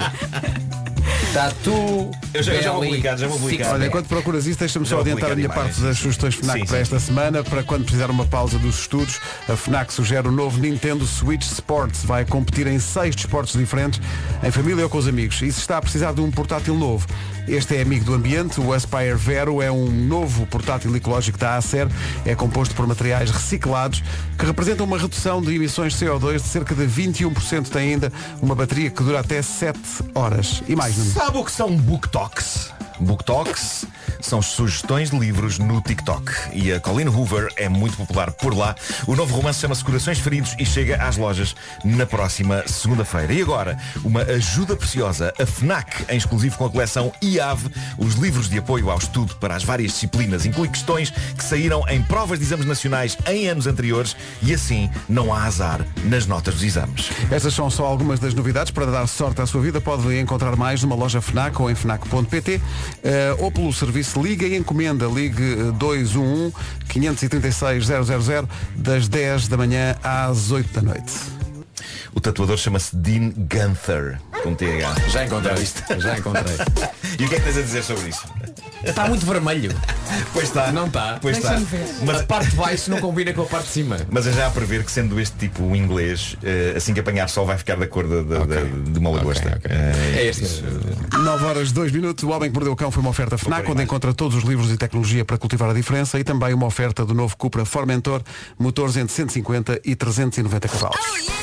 Tatu. Eu já- eu já vou Belly publicar, já vou publicar. Six Olha, Pack. enquanto procuras isso, deixa-me Já só vou adiantar a minha publicar parte imagens. das sugestões FNAC Sim, para sim. esta semana. Para quando precisar uma pausa dos estudos, a FNAC sugere o novo Nintendo Switch Sports. Vai competir em seis desportos diferentes, em família ou com os amigos. E se está a precisar de um portátil novo, este é amigo do ambiente. O Aspire Vero é um novo portátil ecológico da Acer. É composto por materiais reciclados que representam uma redução de emissões de C O dois de cerca de vinte e um por cento. Tem ainda uma bateria que dura até sete horas. E mais, Nuno? Sabe o que são book talks? Book talks são sugestões de livros no TikTok. E a Colleen Hoover é muito popular por lá. O novo romance chama-se Corações Feridos e chega às lojas na próxima segunda-feira. E agora, uma ajuda preciosa. A FNAC, em exclusivo com a coleção I A V, os livros de apoio ao estudo para as várias disciplinas. Inclui questões que saíram em provas de exames nacionais em anos anteriores e assim não há azar nas notas dos exames. Estas são só algumas das novidades. Para dar sorte à sua vida, pode encontrar mais numa loja FNAC ou em fnac ponto pt, eh, ou pelo serviço Liga e Encomenda. Ligue eh, dois um um, quinhentos e trinta e seis, zero zero zero das dez da manhã às oito da noite. O tatuador chama-se Dean Gunther, com T H. Já encontrei. Já viste? Já encontrei. E o que é que tens a dizer sobre isso? Está muito vermelho. Pois está. Não está. Pois está. Deixa-me ver. Mas, A parte de baixo não combina com a parte de cima. mas é já a prever que, sendo este tipo o inglês, eh, assim que apanhar sol vai ficar da cor de, de, Ok. de- de uma lagosta. Ok, ok. Eh, É este. isso. nove horas, dois minutos. O Homem que Mordeu o Cão foi uma oferta FNAC, pôr onde imagem. encontra todos os livros e tecnologia para cultivar a diferença, e também uma oferta do novo Cupra Formentor, motores entre cento e cinquenta e trezentos e noventa cavalos.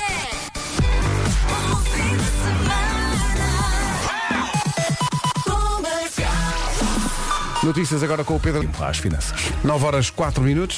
Notícias agora com o Pedro às finanças. nove horas, quatro minutos.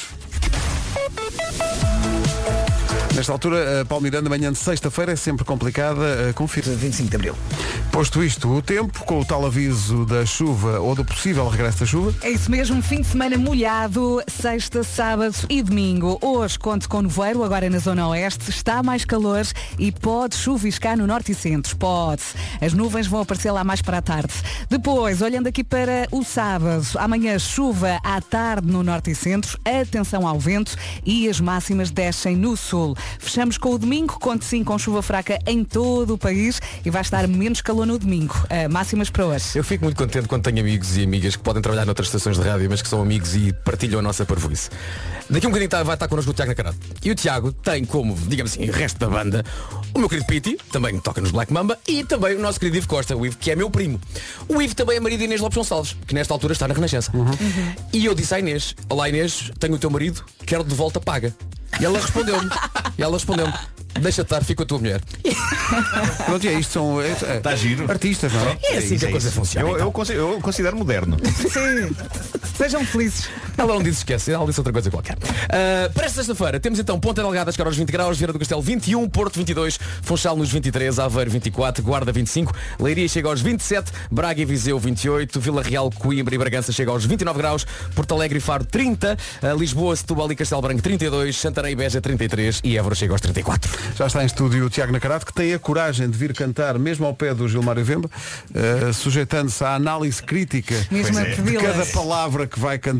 Nesta altura, a Paulo Miranda, manhã de sexta-feira, é sempre complicada. Confira. vinte e cinco de Abril. Posto isto, o tempo, com o tal aviso da chuva ou do possível regresso da chuva. É isso mesmo, fim de semana molhado, sexta, sábado e domingo. Hoje conto com nevoeiro, agora na zona oeste, está mais calor e pode chuviscar no norte e centro. Pode. As nuvens vão aparecer lá mais para a tarde. Depois, olhando aqui para o sábado, amanhã chuva à tarde no norte e centro, atenção ao vento e as máximas descem no sul. Fechamos com o domingo, conto sim com chuva fraca em todo o país e vai estar menos calor no domingo. Uh, máximas para hoje. Eu fico muito contente quando tenho amigos e amigas que podem trabalhar noutras estações de rádio, mas que são amigos e partilham a nossa parvoíce. Daqui a um bocadinho tá- vai estar connosco o Tiago Nacarado. E o Tiago tem como, digamos assim, o resto da banda, o meu querido Piti, também toca nos Black Mamba, e também o nosso querido Ivo Costa, o Ivo, que é meu primo. O Ivo também é marido de Inês Lopes Gonçalves, que nesta altura está na Renascença. E eu disse à Inês, olá Inês, tenho o teu marido, quero de volta paga. E ela respondeu-me, e ela respondeu-me, deixa estar, fica com a tua mulher. Pronto, e é isto, são é, é, Está giro. artistas, não é? É assim que a coisa funciona. Eu, então. eu considero, eu considero moderno. Sim. Sejam felizes. Ela não disse esquece, ela disse outra coisa qualquer. Uh, para esta sexta-feira temos então Ponta Delgada, chegar aos vinte graus, Vieira do Castelo vinte e um, Porto vinte e dois, Funchal nos vinte e três, Aveiro vinte e quatro, Guarda vinte e cinco, Leiria chega aos vinte e sete, Braga e Viseu vinte e oito, Vila Real, Coimbra e Bragança chega aos vinte e nove graus, Porto Alegre e Faro trinta, uh, Lisboa, Setúbal e Castelo Branco trinta e dois, Santarém e Beja trinta e três e Évora chega aos trinta e quatro. Já está em estúdio o Tiago Nacarado, que tem a coragem de vir cantar mesmo ao pé do Gilmário Vemba, uh, sujeitando-se à análise crítica Mesmo a é. de cada pedi-las. palavra que vai cantar daqui a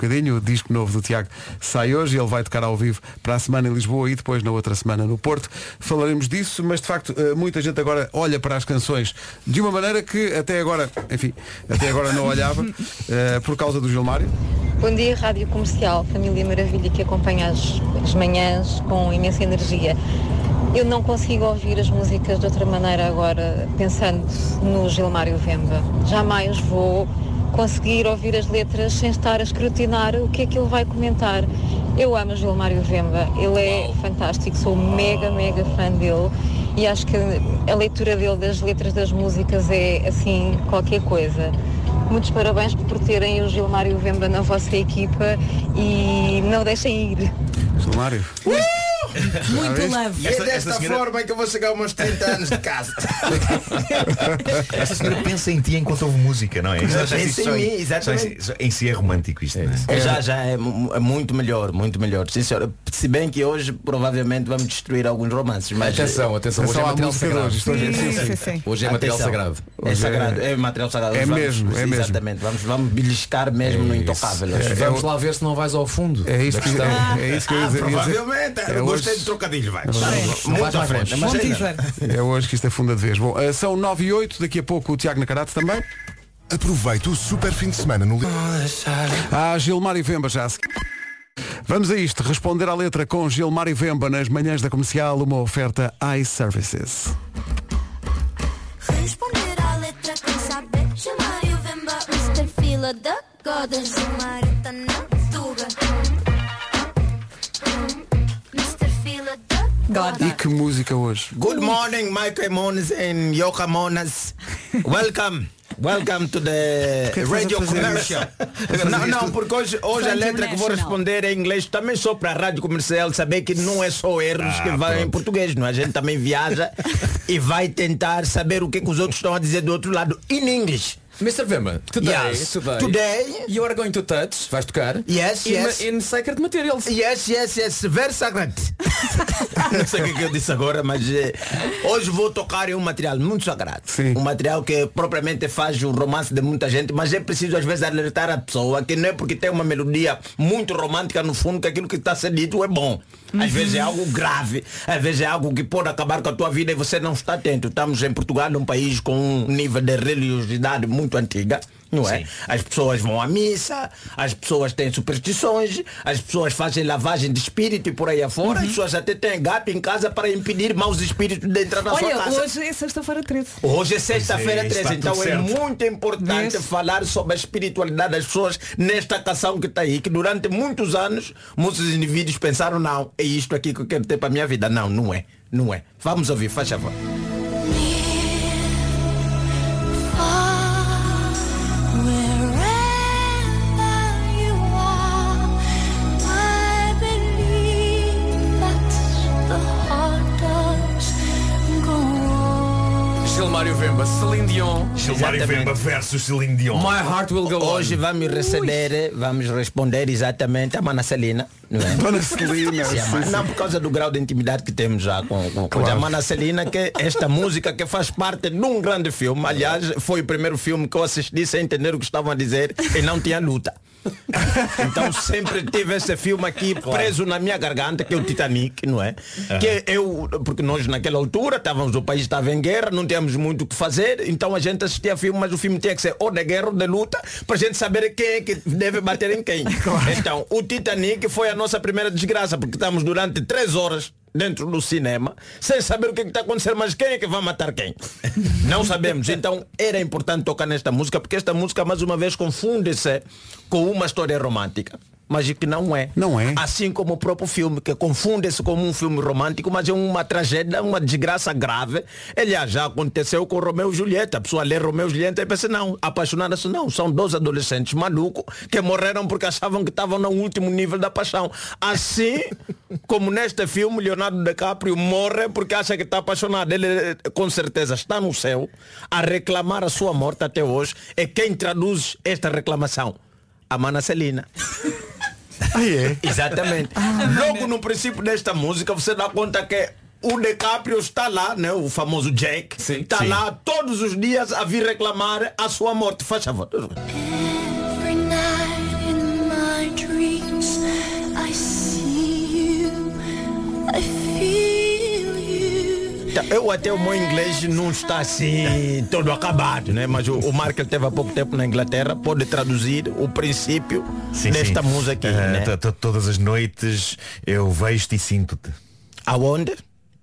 bocadinho. O disco novo do Tiago sai hoje. Ele vai tocar ao vivo para a semana em Lisboa e depois na outra semana no Porto. Falaremos disso, mas de facto muita gente agora olha para as canções de uma maneira que até agora, enfim, até agora não olhava, uh, por causa do Gilmário. Bom dia, Rádio Comercial, família maravilha que acompanha as, as manhãs com imensa energia. Eu não consigo ouvir as músicas de outra maneira agora, pensando no Gilmário Vemba. Jamais vou conseguir ouvir as letras sem estar a escrutinar o que é que ele vai comentar. Eu amo o Gilmário Vemba, ele é fantástico, sou mega, mega fã dele e acho que a leitura dele das letras das músicas é, assim, qualquer coisa. Muitos parabéns por terem o Gilmário Vemba na vossa equipa e não deixem ir. Gilmário. Uh! Muito leve. E é Esta- desta esta senhora- forma que eu vou chegar aos meus trinta anos de casa. Esta senhora pensa em ti enquanto ouve música, não é? Isto- Pensa isto em só mim, exatamente. só em si é romântico isto, não é? É, já, já é, mu- é muito melhor, muito melhor. Sim, senhora. Se bem que hoje provavelmente vamos destruir alguns romances. Mas Atenção, atenção, hoje é Atenção à material música de sagrado. hoje. Isto hoje é- Sim, sim, sim. sim, sim. Hoje é material Atenção. sagrado. É Hoje sagrado, é- é material sagrado. É Vamos- mesmo, é mesmo. Exatamente, vamos, vamos beliscar mesmo no intocável. hoje. Vamos lá ver se não vais ao fundo. É isso da que, questão. é isso que eu ia Ah, dizer. ia dizer. provavelmente. É Eu gostei hoje- de trocadilho, vai. Não Muito vais à mais frente. longe. Mas Bom ainda- teaser. É hoje que isto afunda de vez. Bom, uh, são nove e oito, daqui a pouco o Tiago Nacarato também. Aproveite o super fim de semana no Há Gilmário Vemba já. a seguir. Vamos a isto, responder à letra com Gilmário Vemba nas manhãs da comercial, uma oferta iServices. Responder à letra quem sabe. Gilmário Vemba, mister Fila da Goda. Gilmário tá na tuga. mister Fila da God. E que música hoje? Good morning, Michael Mones and Yoka Monas. Welcome. Welcome to the que estás radio a fazer commercial. Não, não, porque hoje, hoje a From letra que vou International. responder é em inglês, também só para a rádio comercial, saber que não é só erros que vai em português, não é? A gente também viaja e vai tentar saber o que, que os outros estão a dizer do outro lado in English. mister Vemba, today, Yes. today, Today. you are going to touch, vais tocar, Yes, in, yes. in Sacred Materials. Yes, yes, yes, very sacred. Não sei o que, que eu disse agora, mas eh, hoje vou tocar em um material muito sagrado. Sim. Um material que propriamente faz o romance de muita gente, mas é preciso às vezes alertar a pessoa que não é porque tem uma melodia muito romântica no fundo que aquilo que está a ser dito é bom. Às vezes é algo grave, às vezes é algo que pode acabar com a tua vida e você não está atento. Estamos em Portugal, num país com um nível de religiosidade muito antiga, não é? Sim. As pessoas vão à missa, as pessoas têm superstições, as pessoas fazem lavagem de espírito e por aí afora, as pessoas até têm gato em casa para impedir maus espíritos de entrar na sua Olha, casa. hoje é sexta-feira treze. Hoje é sexta-feira Pois é, treze, está então tudo é certo. muito importante Vês? falar sobre a espiritualidade das pessoas nesta canção que está aí, que durante muitos anos muitos indivíduos pensaram, não, é isto aqui que eu quero ter para a minha vida. Não, não é, não é. Vamos ouvir, faz favor. Gilmário Vemba, Celine Dion. Gilmário Exatamente. Vemba versus Celine Dion. My heart will go Hoje on. vamos receber, vamos responder exatamente a Mana Celina, não é? Dona Celina. Sim, sim, sim. não por causa do grau de intimidade que temos já com, com, com a Mana Celina, que esta música que faz parte de um grande filme. Aliás, foi o primeiro filme que eu assisti sem entender o que estavam a dizer e não tinha luta. Então sempre tive esse filme aqui preso na minha garganta, que é o Titanic, não é? Que eu, porque nós naquela altura estávamos, o país estava em guerra, não tínhamos muito o que fazer, então a gente assistia filme, mas o filme tinha que ser ou de guerra ou de luta, para a gente saber quem é que deve bater em quem. Então o Titanic foi a nossa primeira desgraça, porque estamos durante três horas dentro do cinema, sem saber o que está acontecendo, mas quem é que vai matar quem? Não sabemos. Então era importante tocar nesta música, porque esta música mais uma vez confunde-se com uma história romântica, mas que não é. Não é. Assim como o próprio filme, que confunde-se como um filme romântico, mas é uma tragédia, uma desgraça grave. Aliás, já aconteceu com Romeu e Julieta. A pessoa lê Romeu e Julieta e pensa, não, apaixonaram-se não. São dois adolescentes malucos que morreram porque achavam que estavam no último nível da paixão. Assim como neste filme, Leonardo DiCaprio morre porque acha que está apaixonado. Ele com certeza está no céu a reclamar a sua morte até hoje. E quem traduz esta reclamação? A Mana Celina. Ah, é? Exatamente. Logo no princípio desta música você dá conta que o DiCaprio está lá, né, o famoso Jack, Sim, está sim. lá todos os dias a vir reclamar a sua morte. Faz favor. Every night in my Eu até o meu inglês não está assim todo acabado, né? Mas o, o Marco ele teve há pouco tempo na Inglaterra, pode traduzir o princípio Sim, desta sim. música aqui, Ah, né? to- to- Todas as noites eu vejo-te e sinto-te. Aonde?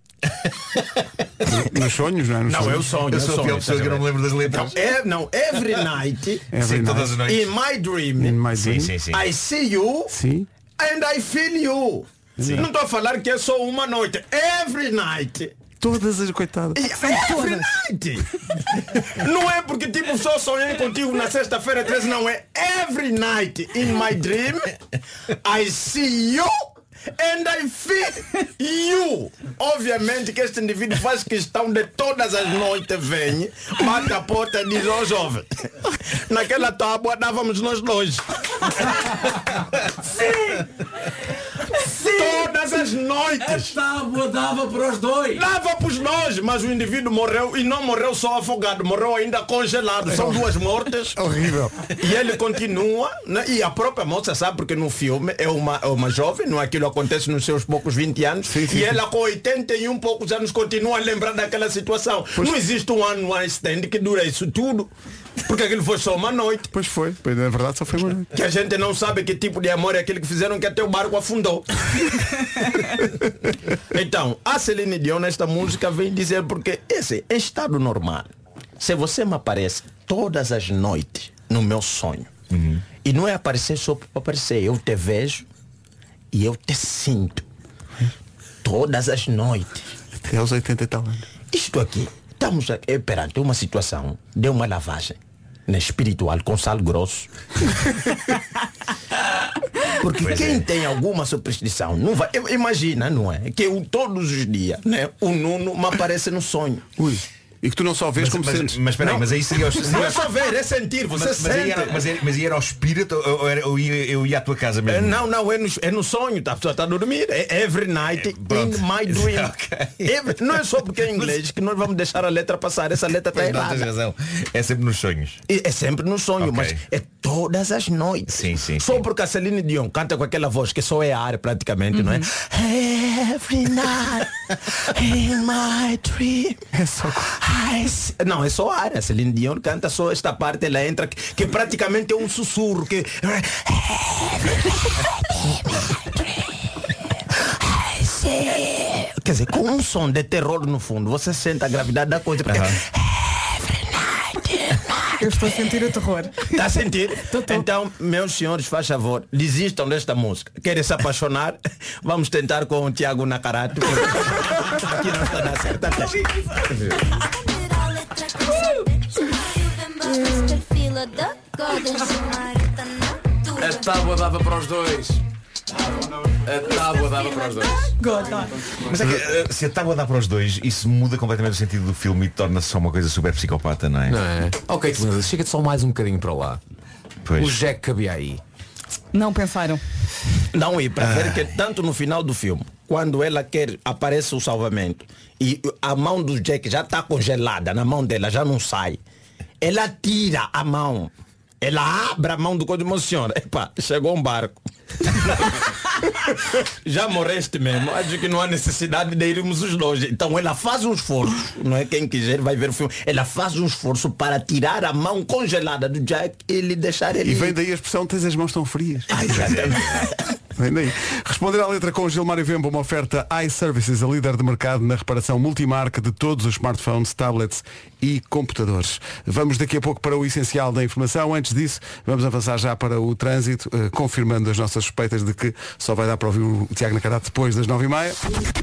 Nos sonhos, não é? Nos Não, sonhos. eu sonho. Eu sou a sonho, pior pessoa que eu não me lembro das letras. Não, é, não, every night, Every Sim, night. todas as noites. in my dream, In my Sim, dream. sim, sim. I see you Sim. and I feel you. Não estou a falar que é só uma noite. Every night. Todas as coitadas. Every night. Não é porque tipo só sonhei contigo na sexta-feira treze, não é every night in my dream I see you and I feel you. Obviamente que este indivíduo faz questão de todas as noites vem, bate a porta e diz, ó jovem, naquela tábua dávamos nós dois. Sim! Sim! Todas as noites! A tábua dava para os dois. Dava para os dois, mas o indivíduo morreu e não morreu só afogado, morreu ainda congelado. São duas mortes. Horrível. E ele continua, né? E a própria moça sabe, porque no filme é uma, é uma jovem, não é? Aquilo acontece nos seus poucos vinte anos, Sim, sim, e sim. ela com oitenta e um poucos anos continua a lembrar daquela situação. Não existe um ano one stand que dura isso tudo, porque aquilo foi só uma noite. Pois foi. Pois, na verdade só foi uma noite. Que a gente não sabe que tipo de amor é aquele que fizeram que até o barco afundou. Então, a Celine Dion nesta música vem dizer, porque esse é estado normal. Se você me aparece todas as noites no meu sonho, e não é aparecer só para aparecer, eu te vejo e eu te sinto todas as noites. Até aos oitenta e tal anos. Isto aqui, estamos aqui perante uma situação de uma lavagem, né, espiritual com sal grosso. Porque Pois quem é. tem alguma superstição não vai. eu- Imagina, não é? Que eu todos os dias, né? O Nuno me aparece no sonho. Ui. E que tu não só vês Mas, como mas, sentes. mas espera aí, Não. mas aí seria os, Não é só ver, é sentir, você mas, mas, aí sente. era, mas, era, mas aí era ao espírito ou, ou era, ou ia, eu ia à tua casa É, mesmo? Não, não, é no, é no sonho, tá? A pessoa está a dormir. É every night É, pronto. in my dream. Ok. Every- não é só porque é inglês que nós vamos deixar a letra passar. Essa letra está Pois não, tens errada. razão. É sempre nos sonhos. E É sempre no sonho, Ok. mas é todas as noites. Sim, sim, Só sim. porque a Celine Dion canta com aquela voz que só é ar praticamente, não é? Every night in my dream. É só. I see- Não, é só ar. A Celine Dion canta só esta parte, ela entra, que, que praticamente é um sussurro. Que... Quer dizer, com um som de terror no fundo, você sente a gravidade da coisa. Porque... Eu estou a sentir o terror. Está a sentir? Então, meus senhores, faz favor, desistam desta música. Querem se apaixonar? Vamos tentar com o Tiago Nakarato. porque Aqui não está a dar certo. Até. A tábua dava para os dois. A tábua dava para os dois. Mas é que eh, se a tábua dá para os dois, isso muda completamente o sentido do filme e torna-se só uma coisa super psicopata, não é? Não é? Ok, Clemente, chega-te só mais um bocadinho para lá. Pois. O Jack cabia aí. Não pensaram. Não, e para ver que tanto no final do filme, quando ela quer, aparece o salvamento e a mão do Jack já está congelada na mão dela, já não sai. Ela tira a mão. Ela abre a mão do coisa, emociona. Epa, chegou um barco. Já morreste mesmo. Acho que não há necessidade de irmos os dois. Então ela faz um esforço, não é? Quem quiser vai ver o filme. Ela faz um esforço para tirar a mão congelada do Jack e lhe deixar ele. E vem daí a expressão, tens as mãos tão frias. Ah, exatamente. Vem daí. Responder à letra com Gilmário Vemba, uma oferta iServices, a líder de mercado na reparação multimarca de todos os smartphones, tablets e computadores. Vamos daqui a pouco para o essencial da informação. Antes disso, vamos avançar já para o trânsito, eh, confirmando as nossas suspeitas de que só vai dar para ouvir o Tiago Nakarato depois das nove e meia.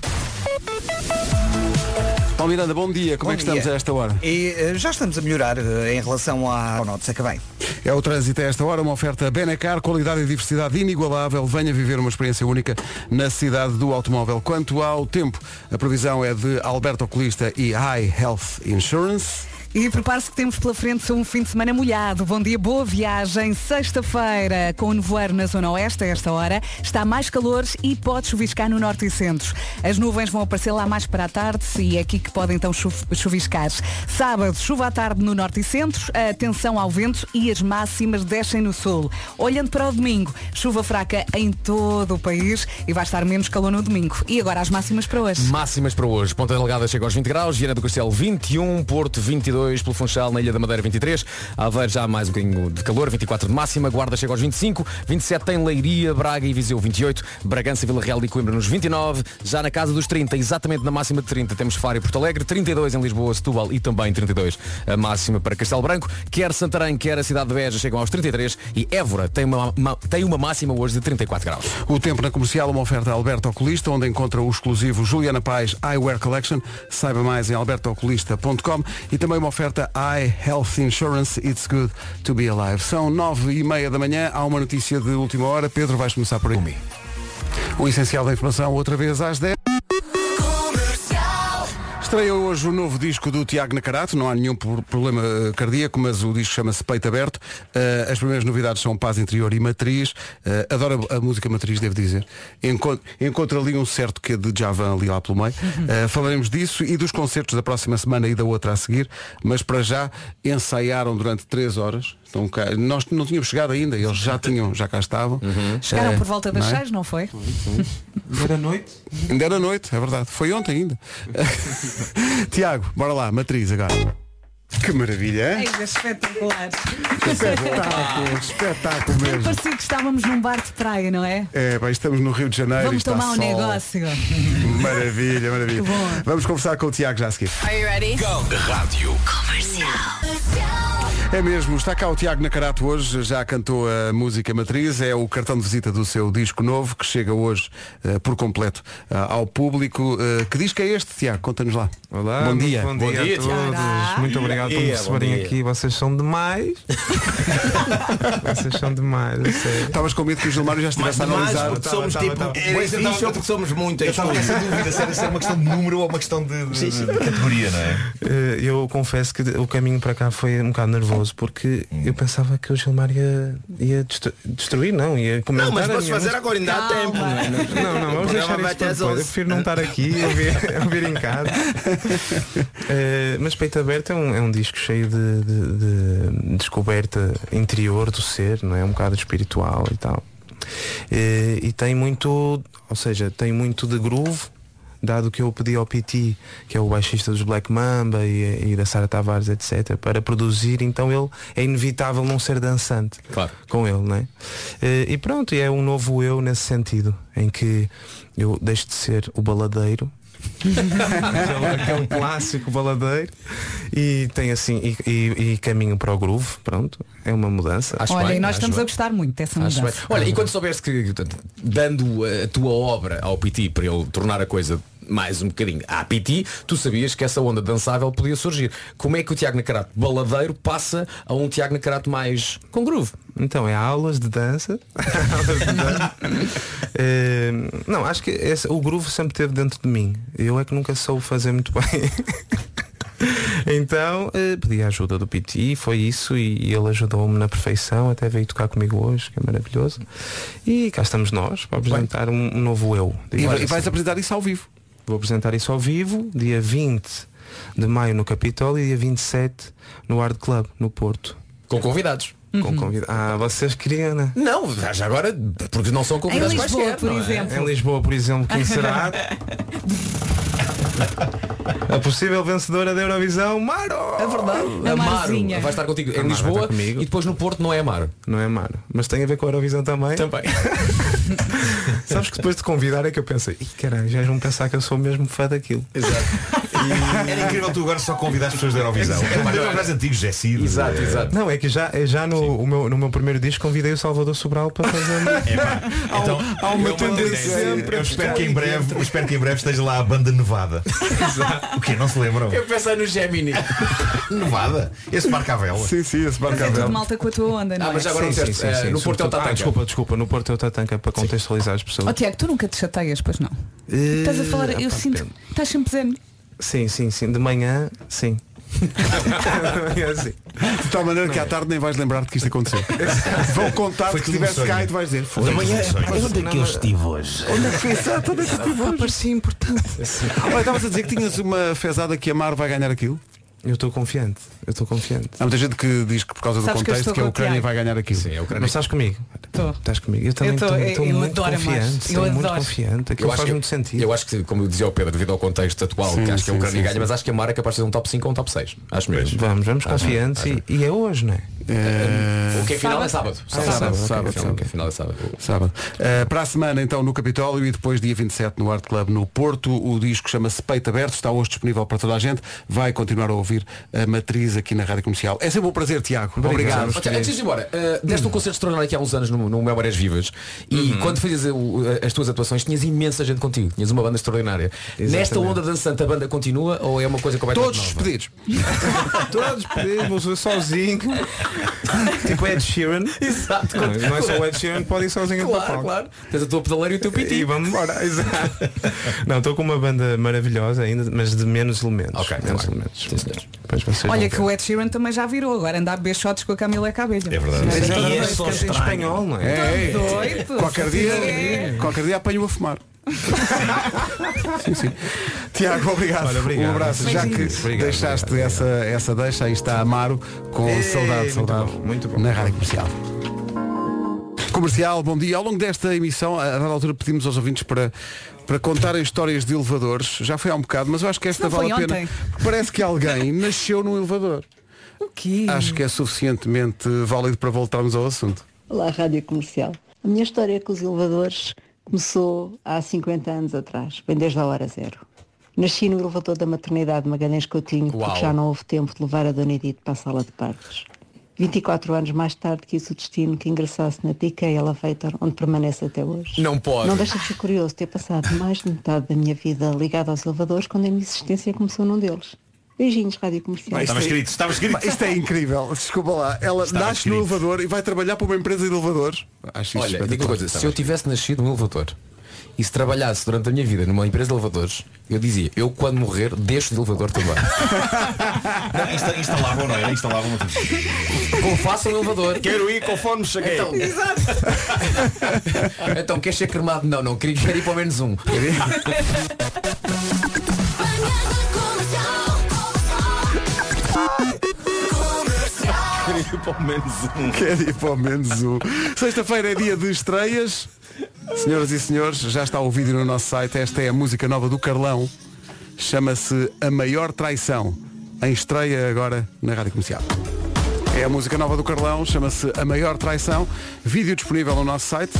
Paulo Miranda, bom dia. Como Bom é que estamos dia. a esta hora? E eh, já estamos a melhorar eh, em relação à Notes, que vem. É o trânsito a esta hora, uma oferta Benacar, qualidade e diversidade inigualável. Venha viver uma experiência única na cidade do automóvel. Quanto ao tempo, a previsão é de Alberto Oculista e High Health Insurance. E prepare-se que temos pela frente um fim de semana molhado. Bom dia, boa viagem. Sexta-feira, com o nevoeiro na zona oeste, a esta hora, está mais calor e pode chuviscar no norte e centro. As nuvens vão aparecer lá mais para a tarde e é aqui que podem então chuviscar. Sábado, chuva à tarde no norte e centro, atenção ao vento e as máximas descem no sul. Olhando para o domingo, chuva fraca em todo o país e vai estar menos calor no domingo. E agora as máximas para hoje. Máximas para hoje. Ponta Delgada chega aos vinte graus, Viana do Castelo vinte e um, Porto vinte e dois, pelo Funchal, na Ilha da Madeira vinte e três, Aveiro já mais um bocadinho de calor, vinte e quatro de máxima, Guarda chega aos vinte e cinco, vinte e sete em Leiria, Braga e Viseu vinte e oito, Bragança, Vila Real e Coimbra nos vinte e nove, já na casa dos trinta, exatamente na máxima de trinta, temos Faro e Porto Alegre, trinta e dois em Lisboa, Setúbal e também trinta e dois a máxima para Castelo Branco, quer Santarém, quer a cidade de Beja chegam aos trinta e três e Évora tem uma, uma, tem uma máxima hoje de trinta e quatro graus. O tempo na comercial, uma oferta a Alberto Oculista, onde encontra o exclusivo Juliana Paz Eyewear Collection. Saiba mais em alberto oculista ponto com e também uma oferta Eye Health Insurance. It's good to be alive. São nove e meia da manhã, há uma notícia de última hora. Pedro, vais começar por aí. O essencial da informação, outra vez às dez. Estreia hoje o novo disco do Tiago Nacarato, não há nenhum problema cardíaco, mas o disco chama-se Peito Aberto. Uh, as primeiras novidades são Paz Interior e Matriz. Uh, adoro a, a música Matriz, devo dizer. Encontro, encontro ali um certo quê de Javan ali lá pelo meio. Uh, falaremos disso e dos concertos da próxima semana e da outra a seguir, mas para já ensaiaram durante três horas. Então, cá, nós não tínhamos chegado ainda, eles já tinham, já cá estavam. Uhum. Chegaram uh, por volta das não é? seis, não foi? Ainda era noite? Ainda era noite, é verdade. Foi ontem ainda. Tiago, bora lá, Matriz agora. Que maravilha, hein? É espetacular. Espetáculo, espetáculo mesmo. Parecia que estávamos num bar de praia, não é? É, bem, estamos no Rio de Janeiro. Vamos está tomar um sol. negócio. Maravilha, maravilha. Que bom. Vamos conversar com o Tiago já a seguir. Are you ready? Go. Rádio Comercial. É mesmo, está cá o Tiago Nacarato hoje, já cantou a música Matriz, é o cartão de visita do seu disco novo, que chega hoje uh, por completo uh, ao público. Uh, que disco é este, Tiago? Conta-nos lá. Olá, bom dia. Bom dia, bom dia a todos. Tiago. Muito obrigado por me receberem aqui. Vocês são demais. Vocês são demais. Estavas com medo que o Gilmário já estivesse a analisar. Porque somos tava, tipo, tava, é fixe ou porque somos muito. Eu estava nessa dúvida se era, se era uma questão de número ou uma questão de, de, sim, sim. de categoria, não é? Eu confesso que o caminho para cá foi um bocado nervoso, porque eu pensava que o Gilmar ia, ia destru- destruir, não, ia comentar. Não, mas posso minha fazer música. agora, ainda há tempo. Não, não, não, vamos deixar isso para depois. Eu prefiro não estar aqui a ouvir, a ouvir em casa. uh, mas Peito Aberto é um, é um disco cheio de, de, de descoberta interior do ser, não é? Um bocado espiritual e tal. Uh, e tem muito, ou seja, tem muito de groove, dado que eu pedi ao P T, que é o baixista dos Black Mamba e, e da Sara Tavares, etcétera, para produzir, então ele é inevitável não ser dançante, claro, com ele, não é? E pronto, e é um novo eu nesse sentido, em que eu deixo de ser o baladeiro, aquele, aquele clássico baladeiro, e tem assim e, e, e caminho para o groove. Pronto, é uma mudança. Acho Olha, bem, e nós estamos bem. a gostar muito dessa acho mudança. Bem. Olha, e quando soubeste que, portanto, dando a tua obra ao P T para ele tornar a coisa mais um bocadinho à P T, tu sabias que essa onda dançável podia surgir. Como é que o Tiago Nacarato baladeiro passa a um Tiago Nacarato mais com groove? Então, é aulas de dança. aulas de dança. é, não, acho que esse, o groove sempre esteve dentro de mim. Eu é que nunca soube fazer muito bem. Então eh, pedi a ajuda do P T, foi isso, e, e ele ajudou-me na perfeição, até veio tocar comigo hoje, que é maravilhoso. E cá estamos nós para apresentar um, um novo eu. E, e vais apresentar isso ao vivo? Vou apresentar isso ao vivo, dia vinte de maio no Capitólio e dia vinte e sete no Art Club, no Porto. Com convidados. Com convidados. Ah, vocês queriam, né? Não, já agora, porque não são convidados em Lisboa, quaisquer, por não exemplo. É? Em Lisboa, por exemplo, quem será? A possível vencedora da Eurovisão, Maro! É verdade. A Maro vai estar contigo em Lisboa e depois no Porto não é Maro. Não é Maro. Mas tem a ver com a Eurovisão também. Também. Sabes que depois de convidar é que eu pensei, ih caralho, já vão pensar que eu sou mesmo fã daquilo. Exato. E... Era incrível tu agora só convidar as pessoas da Eurovisão. É mais, mais antigos, José Cid. Exato, é... exato. Não, é que já, já no, o meu, no meu primeiro disco convidei o Salvador Sobral para fazer. É, pá. Então, há uma eu, tendência. Eu, eu espero que em breve, eu espero que em breve esteja lá a banda Nevada. Exato. O quê? Não se lembram? Eu pensei no Gemini. Nevada? Esse barco à vela. Sim, sim, esse barco à vela. É tudo malta com a tua onda, não é? Ah, mas agora sim, sim, sim, sim, sim. No Porto é o Tatanka. Ah, desculpa, desculpa, no Porto é o Tatanka, para contextualizar as pessoas. Ó, Tiago, tu nunca te chateias, pois não? Uh, Estás a falar, eu pá, sinto, depende. estás sempre zen. Sim, sim, sim. De manhã, sim. É assim. De tal maneira que à tarde nem vais lembrar de que isto aconteceu. Vão contar que estivesse cá e tu vais dizer. Da manhã, onde é que eu estive hoje? Onde é que foi exato? Onde é que eu estive hoje? Parecia importante. Olha, estavas a dizer que tinhas uma fezada que a Mar vai ganhar aquilo? Eu estou confiante, eu estou confiante. Há muita gente que diz que por causa do Sabes que eu contexto estou que a com o Ucrânia Tiago. vai ganhar aquilo. Sim, é a Ucrânia. Mas estás comigo? Estou. Estás comigo? Eu também Eu tô- estou eu muito adoro a Mar. confiante. Eu Estou muito adoro. confiante. Aquilo faz que, muito sentido. eu acho que, como dizia o Pedro, devido ao contexto atual, Sim, que acho que a sim, Ucrânia sim, ganha, sim. mas acho que a Mar é capaz de ter um top cinco ou um top seis. Acho mesmo. Vamos, vamos Acho, confiantes acho. e, e é hoje, não é? É... O que é final é sábado. Ah, sábado, sábado, Ok, sábado. final- ok, final é sábado. Sábado. Uh, para a semana então no Capitólio e depois dia vinte e sete no Art Club no Porto. O disco chama-se Peito Aberto, está hoje disponível para toda a gente. Vai continuar a ouvir a Matriz aqui na Rádio Comercial. É sempre um prazer, Tiago. Obrigado. Ok, antes de ir embora, uh, deste um concerto extraordinário aqui há uns anos no, no Mel Marés Vivas e quando fazias o- as tuas atuações tinhas imensa gente contigo, tinhas uma banda extraordinária. Nesta onda dançante a banda continua ou é uma coisa completamente Todos nova? despedidos. Todos pedimos, eu sozinho. Tipo Ed Sheeran. Exato. Não, não é só o Ed Sheeran, pode ir sozinho para o Claro, palco. claro. Tens a tua pedaleira e o teu E piti. vamos embora, exato. Não, estou com uma banda maravilhosa ainda, mas de menos elementos. Ok, menos tá bem. elementos. Sim, senhores. Depois vocês Olha vão que ver. o Ed Sheeran também já virou, agora anda a beber shots com a Camila Cabello. É verdade. Já E toda é vez só que- Canta em espanhol, não é? É, é. Doido. Qualquer dia, qualquer dia apanho a fumar. Sim, sim. Tiago, obrigado. Olha, obrigado. Um abraço. Já que Obrigado, deixaste obrigado, essa, essa deixa, aí está Amaro com Ei, saudade, muito saudade bom, muito bom. na Rádio Comercial. Comercial, bom dia. Ao longo desta emissão, a dada altura pedimos aos ouvintes para, para contarem histórias de elevadores. Já foi há um bocado, mas eu acho que esta Não vale foi a pena. ontem. Parece que alguém nasceu num elevador. O quê? Acho que é suficientemente válido para voltarmos ao assunto. Olá, Rádio Comercial. A minha história com os elevadores começou há cinquenta anos atrás, bem desde a hora zero. Nasci no elevador da maternidade Magalhães Coutinho, Uau. porque já não houve tempo de levar a Dona Edith para a sala de partos. vinte e quatro anos mais tarde quis o destino que ingressasse na T K Elevator, onde permanece até hoje. Não pode. Não deixa de ser curioso ter passado mais de metade da minha vida ligada aos elevadores quando a minha existência começou num deles. Beijinhos, Rádio Comercial. Estava escrito, estava escrito. Isto é incrível. Desculpa lá. Ela Estava nasce escrito. no elevador e vai trabalhar para uma empresa de elevadores. Acho isso Olha, digo uma espetacular. coisa, se eu tivesse nascido num elevador e se trabalhasse durante a minha vida numa empresa de elevadores, eu dizia, eu quando morrer deixo de elevador também. Não, insta- instalavam, não era? Instalavam Como faço um elevador. Quero ir conforme cheguei. Então, então queres ser cremado? Não, não, queria, quero ir para o menos um. Queria ir para o menos um. Quer ir para o menos um. Sexta-feira é dia de estreias. Senhoras e senhores, já está o vídeo no nosso site. Esta é a música nova do Carlão. Chama-se A Maior Traição. Em estreia agora na Rádio Comercial. É a música nova do Carlão, chama-se A Maior Traição. Vídeo disponível no nosso site.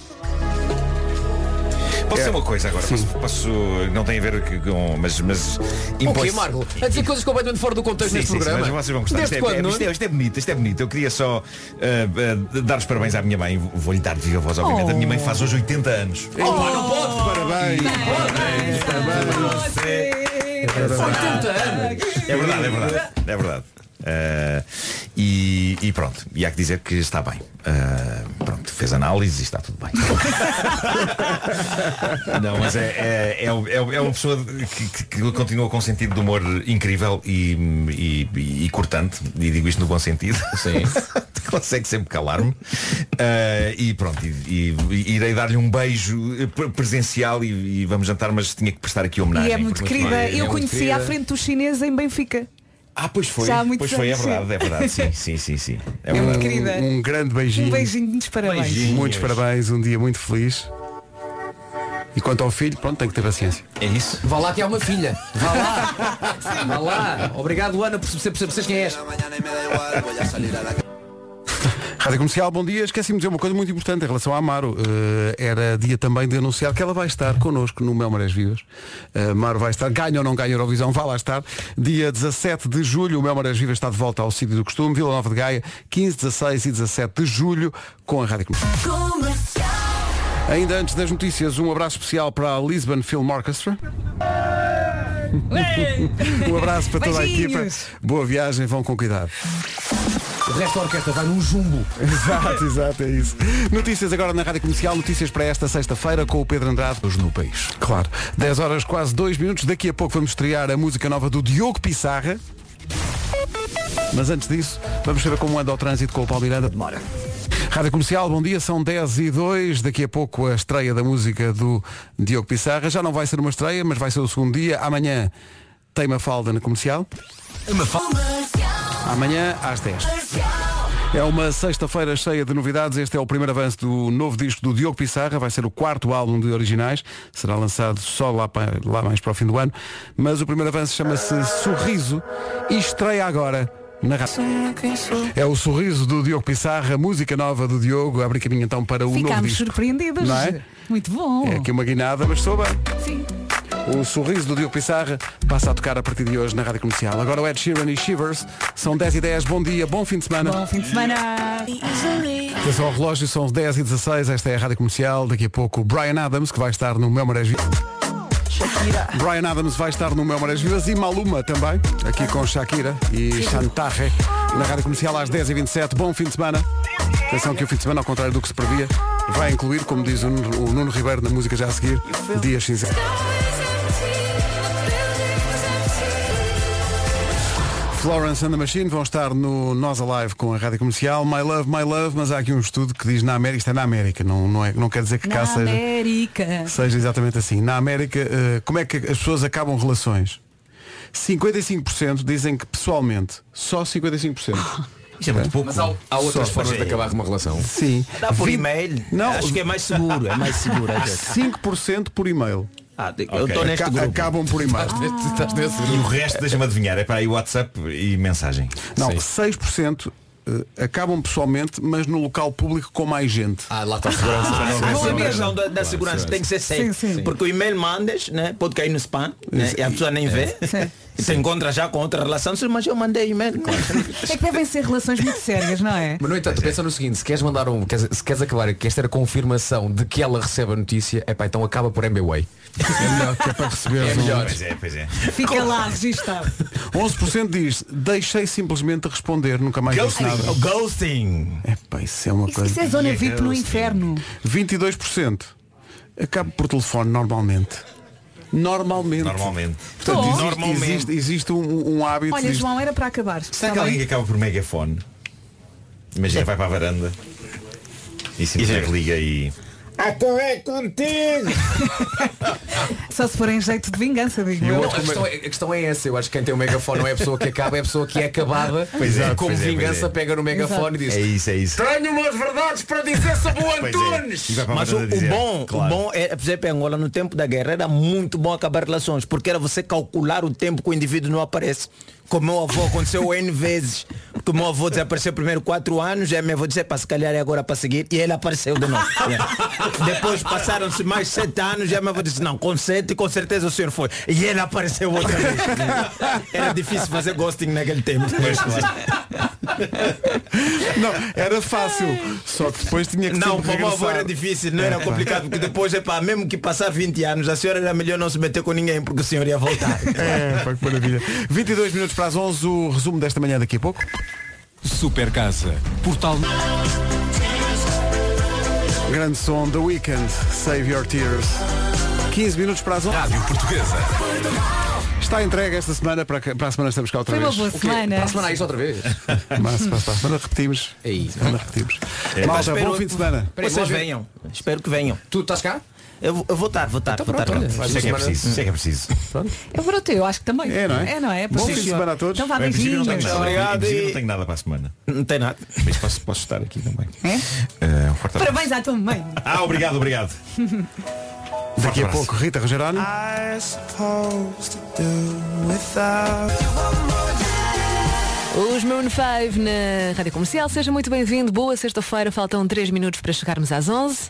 Posso É. dizer uma coisa agora? Posso, posso- não tem a ver com. Mas. mas O quê, impõe-se- Marco? A dizer coisas completamente fora do contexto Sim, neste sim, sim, programa. mas vocês vão gostar. Isto Desde é, quando, é, não? isto, é, isto é bonito, isto é bonito. Eu queria só uh, uh, dar os parabéns à minha mãe. Vou-lhe dar de viva voz, obviamente. A minha mãe faz hoje oitenta anos. Oh, não pode! Parabéns! oitenta anos! É verdade, é verdade. É verdade. Uh, e, e pronto, e há que dizer que está bem. Uh, pronto, fez análise e está tudo bem. Não, mas é, é, é, é uma pessoa que, que- que continua com um sentido de humor incrível e, e, e cortante, e digo isto no bom sentido. Sim. Consegue sempre calar-me. Uh, e pronto, e, e- e irei dar-lhe um beijo presencial e, e vamos jantar, mas tinha que prestar aqui homenagem. E é muito porque- querida. é Eu muito conheci querida. à frente dos chineses em Benfica. Ah, pois foi. Já há muitos Pois foi, é anos, verdade, sim. é verdade. Sim, sim, sim, sim. É É muito verdade. querida. Um grande beijinho. Um beijinho, muitos parabéns. Beijinho. Muitos parabéns, um dia muito feliz. E quanto ao filho, pronto, tem que ter paciência. É isso. Vá lá que há uma filha. Vá lá. Vá lá. Obrigado, Ana, por ser- por ser- por seres quem és. Rádio Comercial, bom dia. Esqueci-me de dizer uma coisa muito importante em relação à Amaro. Eh, era dia também de anunciar que ela vai estar connosco no Mel Marés Vivas. Uh, Amaro vai estar, ganha ou não ganha Eurovisão, vai lá estar. Dia dezassete de julho, o Mel Marés Vivas está de volta ao sítio do costume, Vila Nova de Gaia, quinze, dezasseis e dezassete de julho, com a Rádio Comercial. Ainda antes das notícias, um abraço especial para a Lisbon Film Orchestra. Um abraço para toda a equipa. Beijinhos. Boa viagem, vão com cuidado. O resto da orquestra vai num jumbo. Exato, exato, é isso. Notícias agora na Rádio Comercial, notícias para esta sexta-feira com o Pedro Andrade, hoje no país. Claro, dez horas quase dois minutos, daqui a pouco vamos estrear a música nova do Diogo Pissarra. Mas antes disso, vamos saber como anda o trânsito com o Paulo Miranda. Demora. Rádio Comercial, bom dia, são dez e dois. Daqui a pouco a estreia da música do Diogo Pissarra. Já não vai ser uma estreia, mas vai ser o segundo dia. Amanhã tem Mafalda na Comercial. Amanhã às dez. É uma sexta-feira cheia de novidades. Este é o primeiro avanço do novo disco do Diogo Pissarra. Vai ser o quarto álbum de originais. Será lançado só lá, para, lá mais para o fim do ano. Mas o primeiro avanço chama-se Sorriso e estreia agora na rádio. É o Sorriso do Diogo Pissarra, música nova do Diogo. Abre caminho então para o Ficámos novo disco. surpreendidos. Não é? Muito bom. É aqui uma guinada, mas estou bem. Sim. O Sorriso do Diogo Pissarra passa a tocar a partir de hoje na Rádio Comercial. Agora o Ed Sheeran e Shivers. São dez e dez. Bom dia, bom fim de semana. Bom fim de semana. Atenção ao relógio, são dez e dezasseis. Esta é a Rádio Comercial. Daqui a pouco o Brian Adams, que vai estar no Meu Marés Vivas. Brian Adams vai estar no Meu Marés Vivas e Maluma também, aqui com Shakira e Chantarre na Rádio Comercial às dez e vinte e sete. Bom fim de semana. Atenção que o fim de semana, ao contrário do que se previa, vai incluir, como diz o Nuno, o Nuno Ribeiro na música já a seguir, dias cinzentos. Florence and the Machine vão estar no Nós Alive com a Rádio Comercial. My Love, My Love, mas há aqui um estudo que diz na América, isto é na América, não, não, é, não quer dizer que cá Na seja, América. seja exatamente assim. Na América, uh, como é que as pessoas acabam relações? cinquenta e cinco por cento dizem que pessoalmente, só cinquenta e cinco por cento. Isso é muito pouco. Mas há, há outras Só. formas de acabar com uma relação. Sim. Dá por vinte e-mail. Não, Acho que é mais seguro. É mais seguro. às vezes. cinco por cento por e-mail. Ah, eu estou Ok. neste Aca- grupo. acabam por e-mail. Estás nesse E o resto, deixa-me adivinhar, é para aí WhatsApp e mensagem. Não, Sim. seis por cento uh, acabam pessoalmente, mas no local público com mais gente. Ah, lá está a segurança. A questão da, da segurança tem que ser safe. Sim, sim. Porque o e-mail mandas, né, pode cair no spam, né, e a pessoa nem vê. E te encontra já com outra relação, mas eu mandei e-mail. É que devem ser relações muito sérias, não é? Mas no entanto, pensa no seguinte, se queres mandar um, queres, se queres acabar, queres ter a confirmação de que ela recebe a notícia, é pá, então acaba por M B Way. É melhor que é para receber. É melhor. Pois é, pois é. Fica lá registado. onze por cento diz, deixei simplesmente de responder, nunca mais disse Ghosting. nada. O ghosting. É pá, isso é uma Isso, coisa. isso é zona É V I P no ghosting. inferno. vinte e dois por cento acaba por telefone normalmente. Normalmente. Normalmente. Portanto, Tô. existe, Normalmente. existe, existe um, um hábito. Olha, disto. João, era para acabar. Será Está que alguém bem? que acaba por megafone? Imagina, vai para a varanda e simplesmente liga e... Então é contigo! Só se for em jeito de vingança, digo Não, eu. a, questão é, a questão é essa, eu acho que quem tem o megafone não é a pessoa que acaba, é a pessoa que é acabada. Pois é, como pois é, vingança pois é. pega no megafone e diz É isso, é isso. tenho umas verdades para dizer sobre o Pois é. Antunes. E vai para a Mas o, varanda o dizer, bom, claro. o bom é, por exemplo, em Angola, no tempo da guerra, era muito bom acabar relações, porque era você calcular o tempo que o indivíduo não aparece. Com o meu avô aconteceu N vezes. Porque o meu avô desapareceu primeiro quatro anos, e a minha avó disse, para se calhar é agora para seguir, e ele apareceu de novo. Yeah. Depois passaram-se mais sete anos, e a minha avó disse, não, com sete com certeza o senhor foi. E ele apareceu outra vez. Era difícil fazer ghosting naquele tempo. Não, era fácil. Só que depois tinha que Não, sempre para o meu avô regressar. era difícil, não era complicado, porque depois, é pá, mesmo que passar vinte anos, a senhora era melhor não se meter com ninguém, porque o senhor ia voltar. É, pá, que maravilha. vinte e dois minutos para as onze, o resumo desta manhã daqui a pouco. Super Casa. Portal. Grande som The Weeknd, Save Your Tears. quinze minutos para as onze. Rádio Portuguesa. Está entregue esta semana, para, que- para a semana estamos cá outra Foi uma vez. boa semana. Para a semana há isto outra vez. Mas, para a semana repetimos. É isso. Semana repetimos. É, Malta, mas espero- bom fim de semana. Vocês venham. Espero que venham. Tu estás cá? Eu, vou- eu vou estar, vou estar, Então vou estar. pronto, olha, Isso vais é uma que é semana- preciso. Isso é que é preciso. Eu vou ter, eu acho que também. É, não é? É, não é? Bom Pois fim de é. semana a todos. Então vá, Bem, em princípio não tenho beijinhos. nada. Obrigado Em princípio e- não tenho nada para a semana. Não tem nada. Mas posso, posso estar aqui também. É? Eh, um forte abraço. Parabéns à tua mãe. Ah, obrigado, obrigado. Daqui a abraço. pouco, Rita Rogeroni. Os Moon cinco na Rádio Comercial. Seja muito bem-vindo. Boa sexta-feira. Faltam três minutos para chegarmos às onze.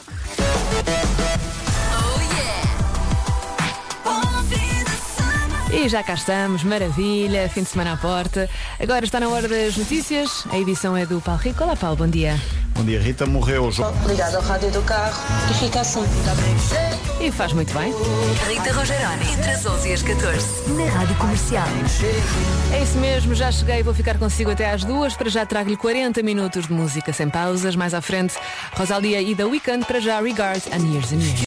E já cá estamos, maravilha, fim de semana à porta. Agora está na hora das notícias. A edição é do Paulo Rico. Olá, Paulo, bom dia. Bom dia, Rita. Morreu. Ligado ao rádio do carro e fica assim. E faz muito bem. Rita Rogeroni, entre as onze e as catorze, na Rádio Comercial. É isso mesmo, já cheguei, vou ficar consigo até às duas. Para já trago-lhe quarenta minutos de música sem pausas. Mais à frente, Rosalia e The Weeknd. Para já, Regards and Years and Years.